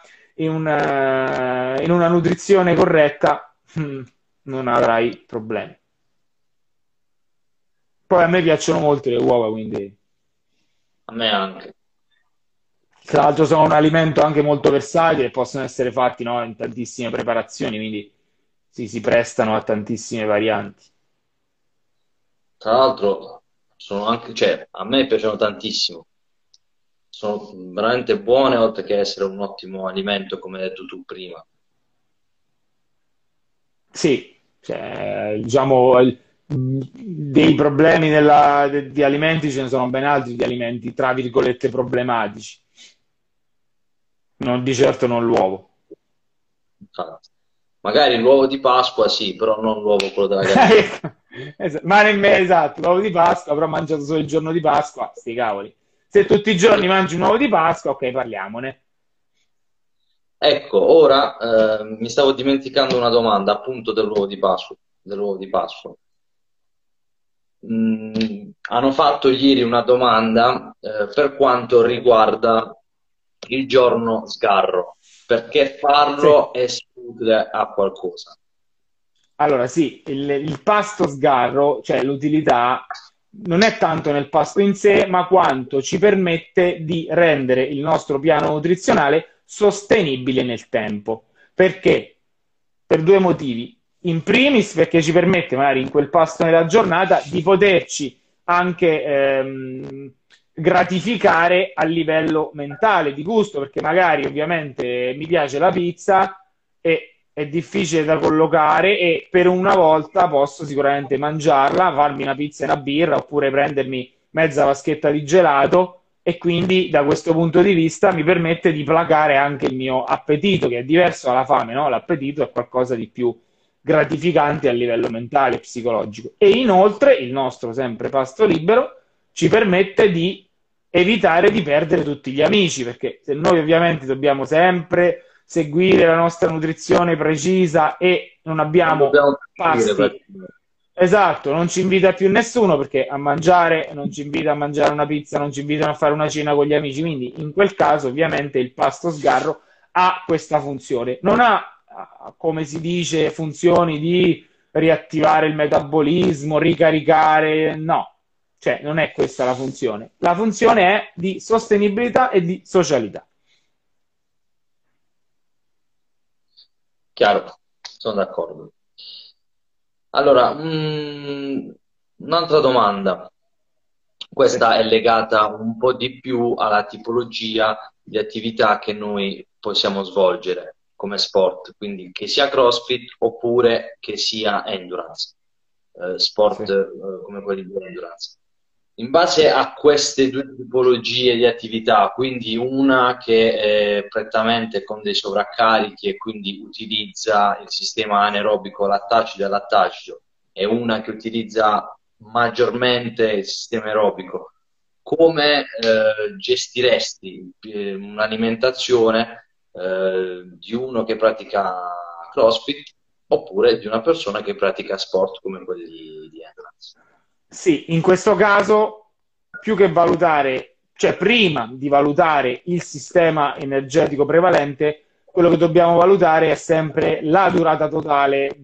Speaker 2: in una nutrizione corretta, non avrai problemi. Poi a me piacciono molto le uova, quindi
Speaker 1: A me anche.
Speaker 2: tra l'altro sono un alimento anche molto versatile e possono essere fatti, no, in tantissime preparazioni, quindi si prestano a tantissime varianti.
Speaker 1: Tra l'altro, sono anche, cioè, a me piacciono tantissimo. Sono veramente buone, oltre che essere un ottimo alimento, come hai detto tu prima.
Speaker 2: Sì, cioè, diciamo, dei problemi di alimenti ce ne sono ben altri di alimenti, tra virgolette, problematici. Non di certo non l'uovo.
Speaker 1: Infatti. Magari l'uovo di Pasqua sì, però non l'uovo quello della gallina.
Speaker 2: Ma nemmeno esatto, l'uovo di Pasqua, però ho mangiato solo il giorno di Pasqua, sti cavoli. Se tutti i giorni mangi un uovo di Pasqua, ok, parliamone.
Speaker 1: Ecco, ora mi stavo dimenticando una domanda appunto dell'uovo di Pasqua. Dell'uovo di Pasqua. Hanno fatto ieri una domanda per quanto riguarda il giorno sgarro, perché
Speaker 2: Sì.
Speaker 1: farlo è utile a qualcosa.
Speaker 2: Allora, sì, il pasto sgarro, cioè l'utilità, non è tanto nel pasto in sé, ma quanto ci permette di rendere il nostro piano nutrizionale sostenibile nel tempo. Perché? Per due motivi. In primis, perché ci permette, magari in quel pasto nella giornata, di poterci anche gratificare a livello mentale, di gusto, perché magari ovviamente mi piace la pizza e è difficile da collocare e per una volta posso sicuramente mangiarla, farmi una pizza e una birra oppure prendermi mezza vaschetta di gelato e quindi da questo punto di vista mi permette di placare anche il mio appetito, che è diverso dalla fame, no? L'appetito è qualcosa di più gratificante a livello mentale e psicologico. E inoltre il nostro sempre pasto libero ci permette di evitare di perdere tutti gli amici, perché se noi ovviamente dobbiamo sempre seguire la nostra nutrizione precisa e non
Speaker 1: Non
Speaker 2: abbiamo
Speaker 1: dobbiamo partire
Speaker 2: pasti. Esatto, non ci invita più nessuno perché a mangiare non ci invita a mangiare una pizza, non ci invitano a fare una cena con gli amici, quindi in quel caso ovviamente il pasto sgarro ha questa funzione. Non ha, come si dice, funzioni di riattivare il metabolismo, ricaricare, no, cioè non è questa la funzione. La funzione è di sostenibilità e di socialità.
Speaker 1: Chiaro, sono d'accordo. Allora, un'altra domanda.
Speaker 2: Sì,
Speaker 1: Questa è legata un po' di più alla tipologia di attività che noi possiamo svolgere come sport, quindi che sia CrossFit oppure che sia endurance,
Speaker 2: sì.
Speaker 1: sport come quelli di endurance. In base a queste due tipologie di attività, quindi una che è prettamente con dei sovraccarichi e quindi utilizza il sistema anaerobico lattacido e lattacido, e una che utilizza maggiormente il sistema aerobico, come gestiresti un'alimentazione di uno che pratica CrossFit oppure di una persona che pratica sport come quelli di endurance?
Speaker 2: Sì, in questo caso, più che valutare, cioè prima di valutare il sistema energetico prevalente, quello che dobbiamo valutare è sempre la durata totale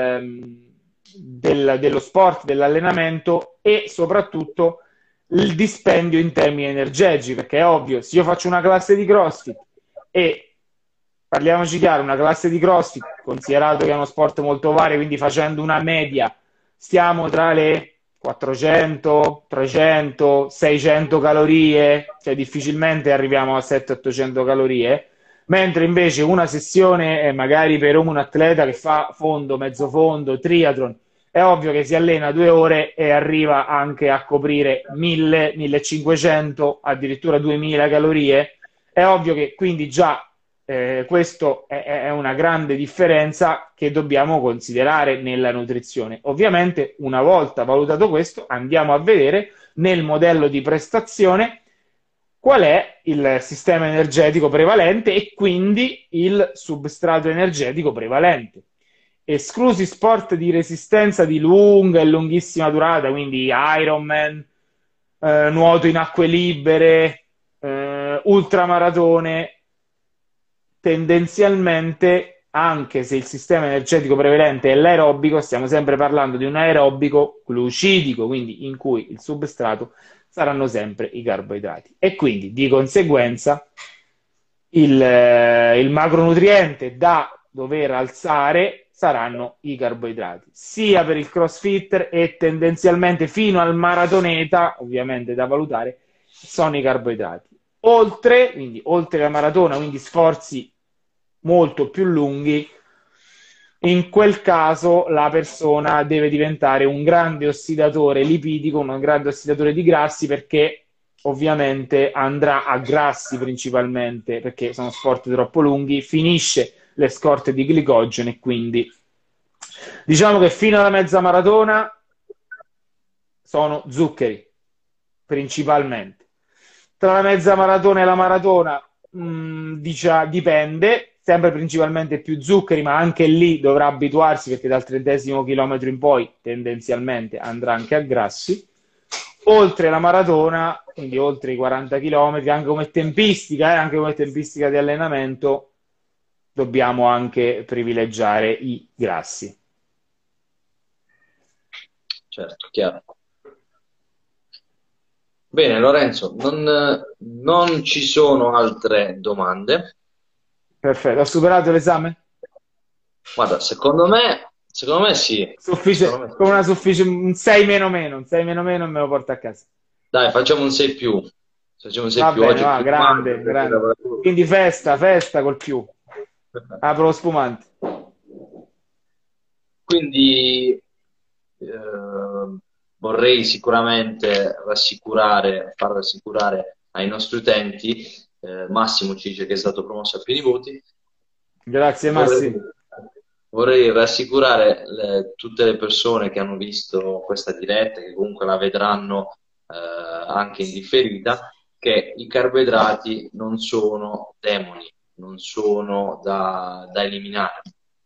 Speaker 2: dello sport, dell'allenamento e soprattutto il dispendio in termini energetici, perché è ovvio, se io faccio una classe di CrossFit e parliamoci chiaro, una classe di CrossFit, considerato che è uno sport molto vario, quindi facendo una media, stiamo tra le 400, 300, 600 calorie, cioè difficilmente arriviamo a 700-800 calorie, mentre invece una sessione, magari per un atleta che fa fondo, mezzo fondo, triathlon, è ovvio che si allena 2 ore e arriva anche a coprire 1000, 1500, addirittura 2000 calorie. È ovvio che quindi già questo è una grande differenza che dobbiamo considerare nella nutrizione. Ovviamente, una volta valutato questo, andiamo a vedere nel modello di prestazione qual è il sistema energetico prevalente e quindi il substrato energetico prevalente. Esclusi sport di resistenza di lunga e lunghissima durata, quindi Ironman, nuoto in acque libere, ultramaratone, tendenzialmente, anche se il sistema energetico prevalente è l'aerobico, stiamo sempre parlando di un aerobico glucidico, quindi in cui il substrato saranno sempre i carboidrati. E quindi, di conseguenza, il macronutriente da dover alzare saranno i carboidrati, sia per il crossfitter e tendenzialmente fino al maratoneta, ovviamente da valutare, sono i carboidrati. Oltre, quindi oltre la maratona, quindi sforzi molto più lunghi, in quel caso la persona deve diventare un grande ossidatore lipidico, un grande ossidatore di grassi perché ovviamente andrà a grassi principalmente perché sono sport troppo lunghi, finisce le scorte di glicogeno e quindi diciamo che fino alla mezza maratona sono zuccheri principalmente. Tra la mezza maratona e la maratona dipende, sempre principalmente più zuccheri, ma anche lì dovrà abituarsi perché dal 30° chilometro in poi tendenzialmente andrà anche a grassi. Oltre la maratona, quindi oltre i 40 chilometri, anche come tempistica di allenamento, dobbiamo anche privilegiare i grassi.
Speaker 1: Certo, chiaro. Bene, Lorenzo, non ci sono altre domande.
Speaker 2: Perfetto, ho superato l'esame?
Speaker 1: Guarda, secondo me sì. Secondo me
Speaker 2: Con una
Speaker 1: sì.
Speaker 2: un 6 meno meno, un 6 meno meno e me lo porto a casa.
Speaker 1: Dai, facciamo un 6 più. Facciamo un 6
Speaker 2: Va
Speaker 1: più.
Speaker 2: bene,
Speaker 1: Oggi è
Speaker 2: va,
Speaker 1: primo maggio,
Speaker 2: grande,
Speaker 1: perché
Speaker 2: grande.
Speaker 1: lavoro.
Speaker 2: Quindi festa, festa col più. Apro lo spumante.
Speaker 1: Quindi vorrei sicuramente far rassicurare ai nostri utenti. Massimo ci dice che è stato promosso a pieni voti.
Speaker 2: Grazie
Speaker 1: Vorrei,
Speaker 2: Massi.
Speaker 1: vorrei rassicurare tutte le persone che hanno visto questa diretta, che comunque la vedranno anche in differita, che i carboidrati non sono demoni, non sono da eliminare.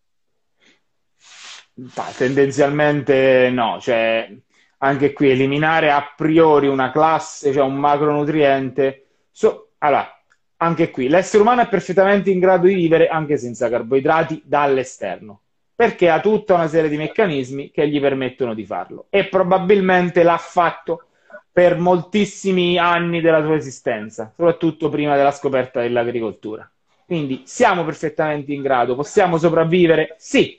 Speaker 2: Tendenzialmente no, cioè anche qui eliminare a priori una classe, cioè un macronutriente. Allora, anche qui l'essere umano è perfettamente in grado di vivere anche senza carboidrati dall'esterno, perché ha tutta una serie di meccanismi che gli permettono di farlo e probabilmente l'ha fatto per moltissimi anni della sua esistenza, soprattutto prima della scoperta dell'agricoltura. Quindi siamo perfettamente in grado, possiamo sopravvivere? Sì,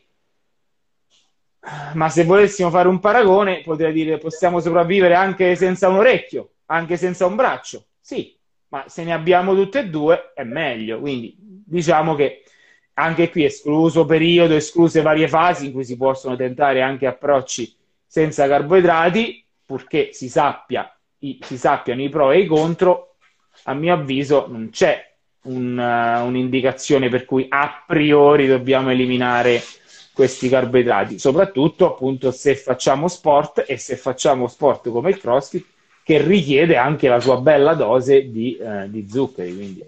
Speaker 2: ma se volessimo fare un paragone, potrei dire possiamo sopravvivere anche senza un orecchio, anche senza un braccio. Sì, ma se ne abbiamo tutte e due è meglio. Quindi diciamo che anche qui escluso periodo, escluse varie fasi in cui si possono tentare anche approcci senza carboidrati, purché si sappiano i pro e i contro, a mio avviso non c'è un'indicazione per cui a priori dobbiamo eliminare questi carboidrati, soprattutto appunto se facciamo sport e se facciamo sport come il CrossFit che richiede anche la sua bella dose di zuccheri. Quindi.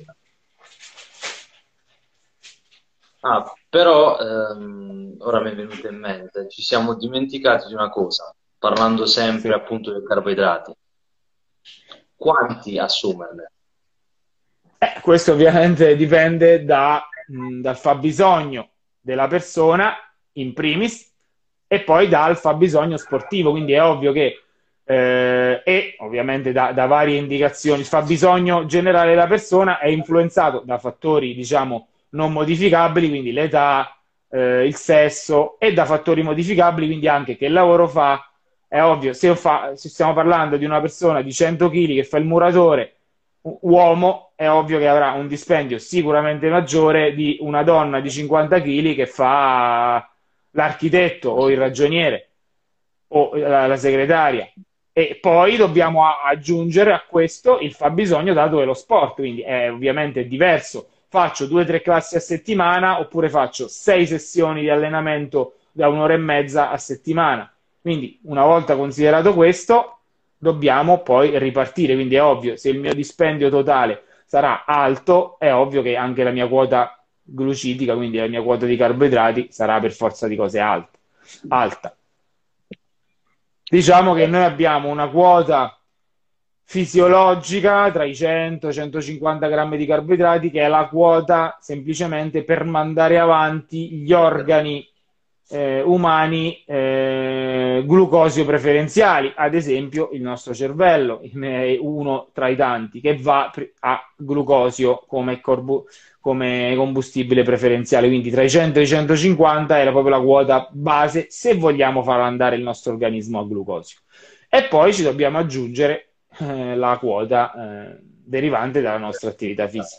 Speaker 1: Però ora mi è venuto in mente, ci siamo dimenticati di una cosa, parlando sempre
Speaker 2: Sì.
Speaker 1: appunto dei carboidrati. Quanti assumerne?
Speaker 2: Questo ovviamente dipende dal fabbisogno della persona in primis e poi dal fabbisogno sportivo, quindi è ovvio che e ovviamente da varie indicazioni il fabbisogno generale della persona è influenzato da fattori diciamo non modificabili, quindi l'età, il sesso e da fattori modificabili, quindi anche che lavoro fa. È ovvio, se stiamo parlando di una persona di 100 kg che fa il muratore, uomo, è ovvio che avrà un dispendio sicuramente maggiore di una donna di 50 kg che fa l'architetto o il ragioniere o la segretaria. E poi dobbiamo aggiungere a questo il fabbisogno dato dello sport, quindi è ovviamente diverso. Faccio 2 o 3 classi a settimana oppure faccio 6 sessioni di allenamento da un'ora e mezza a settimana. Quindi, una volta considerato questo, dobbiamo poi ripartire. Quindi è ovvio, se il mio dispendio totale sarà alto, è ovvio che anche la mia quota glucidica, quindi la mia quota di carboidrati, sarà per forza di cose alta. Diciamo che noi abbiamo una quota fisiologica tra i 100 e i 150 grammi di carboidrati, che è la quota semplicemente per mandare avanti gli organi umani glucosio preferenziali, ad esempio il nostro cervello è uno tra i tanti che va a glucosio come combustibile preferenziale, quindi tra i 100 e i 150 era proprio la quota base se vogliamo far andare il nostro organismo a glucosio. E poi ci dobbiamo aggiungere la quota derivante dalla nostra attività fisica.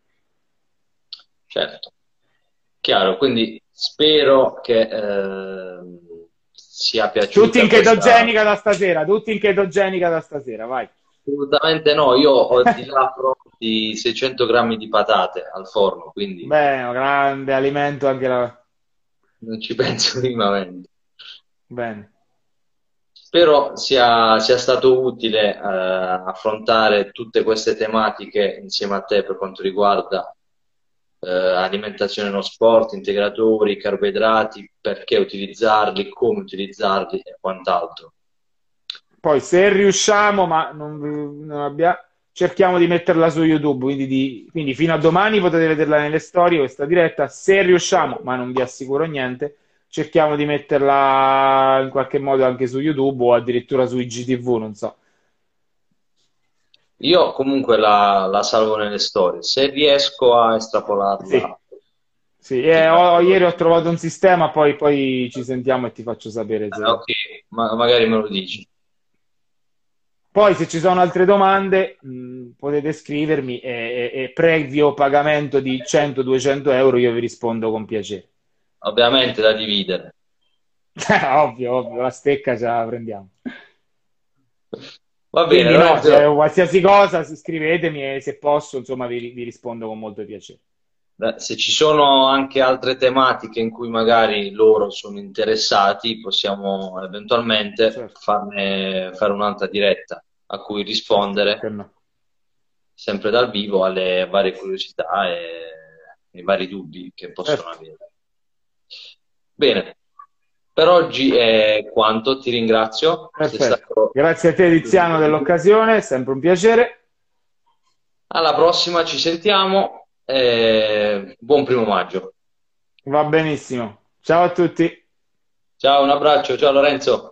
Speaker 1: Certo, chiaro, quindi spero che sia
Speaker 2: Tutti in
Speaker 1: piaciuta questa.
Speaker 2: chetogenica da stasera, tutti in chetogenica da stasera, vai.
Speaker 1: Assolutamente no, io ho di là pronti 600 grammi di patate al forno, quindi
Speaker 2: Bene, grande alimento anche la.
Speaker 1: non ci penso minimamente.
Speaker 2: Bene.
Speaker 1: Spero sia stato utile affrontare tutte queste tematiche insieme a te per quanto riguarda alimentazione no sport, integratori, carboidrati, perché utilizzarli, come utilizzarli e quant'altro.
Speaker 2: Poi se riusciamo, ma non abbiamo, cerchiamo di metterla su YouTube, quindi fino a domani potete vederla nelle storie questa diretta. Se riusciamo, ma non vi assicuro niente, cerchiamo di metterla in qualche modo anche su YouTube o addirittura su IGTV, non so.
Speaker 1: Io comunque la salvo nelle storie. Se riesco a
Speaker 2: Sì,
Speaker 1: estrapolarla,
Speaker 2: sì.
Speaker 1: ti faccio...
Speaker 2: Ieri ho trovato un sistema, poi ci sentiamo e ti faccio sapere se...
Speaker 1: Ok, magari me lo dici.
Speaker 2: Poi se ci sono altre domande, potete scrivermi e previo pagamento di 100-200 euro io vi rispondo con piacere.
Speaker 1: Ovviamente da dividere.
Speaker 2: Ovvio, ovvio, la stecca ce la prendiamo.
Speaker 1: Va bene,
Speaker 2: Quindi no, se
Speaker 1: Lorenzo.
Speaker 2: qualsiasi cosa scrivetemi e se posso, insomma, vi rispondo con molto piacere.
Speaker 1: Se ci sono anche altre tematiche in cui magari loro sono interessati, possiamo eventualmente
Speaker 2: Certo,
Speaker 1: fare un'altra diretta a cui
Speaker 2: certo,
Speaker 1: rispondere
Speaker 2: perché no?
Speaker 1: sempre dal vivo alle varie curiosità e ai vari dubbi che possono
Speaker 2: Certo,
Speaker 1: avere. Bene, per oggi è quanto, ti ringrazio, sei
Speaker 2: perfetto.
Speaker 1: stato...
Speaker 2: Grazie a te, Tiziano, dell'occasione, è sempre un piacere.
Speaker 1: Alla prossima, ci sentiamo e buon primo maggio.
Speaker 2: Va benissimo. Ciao a tutti.
Speaker 1: Ciao, un abbraccio, ciao Lorenzo.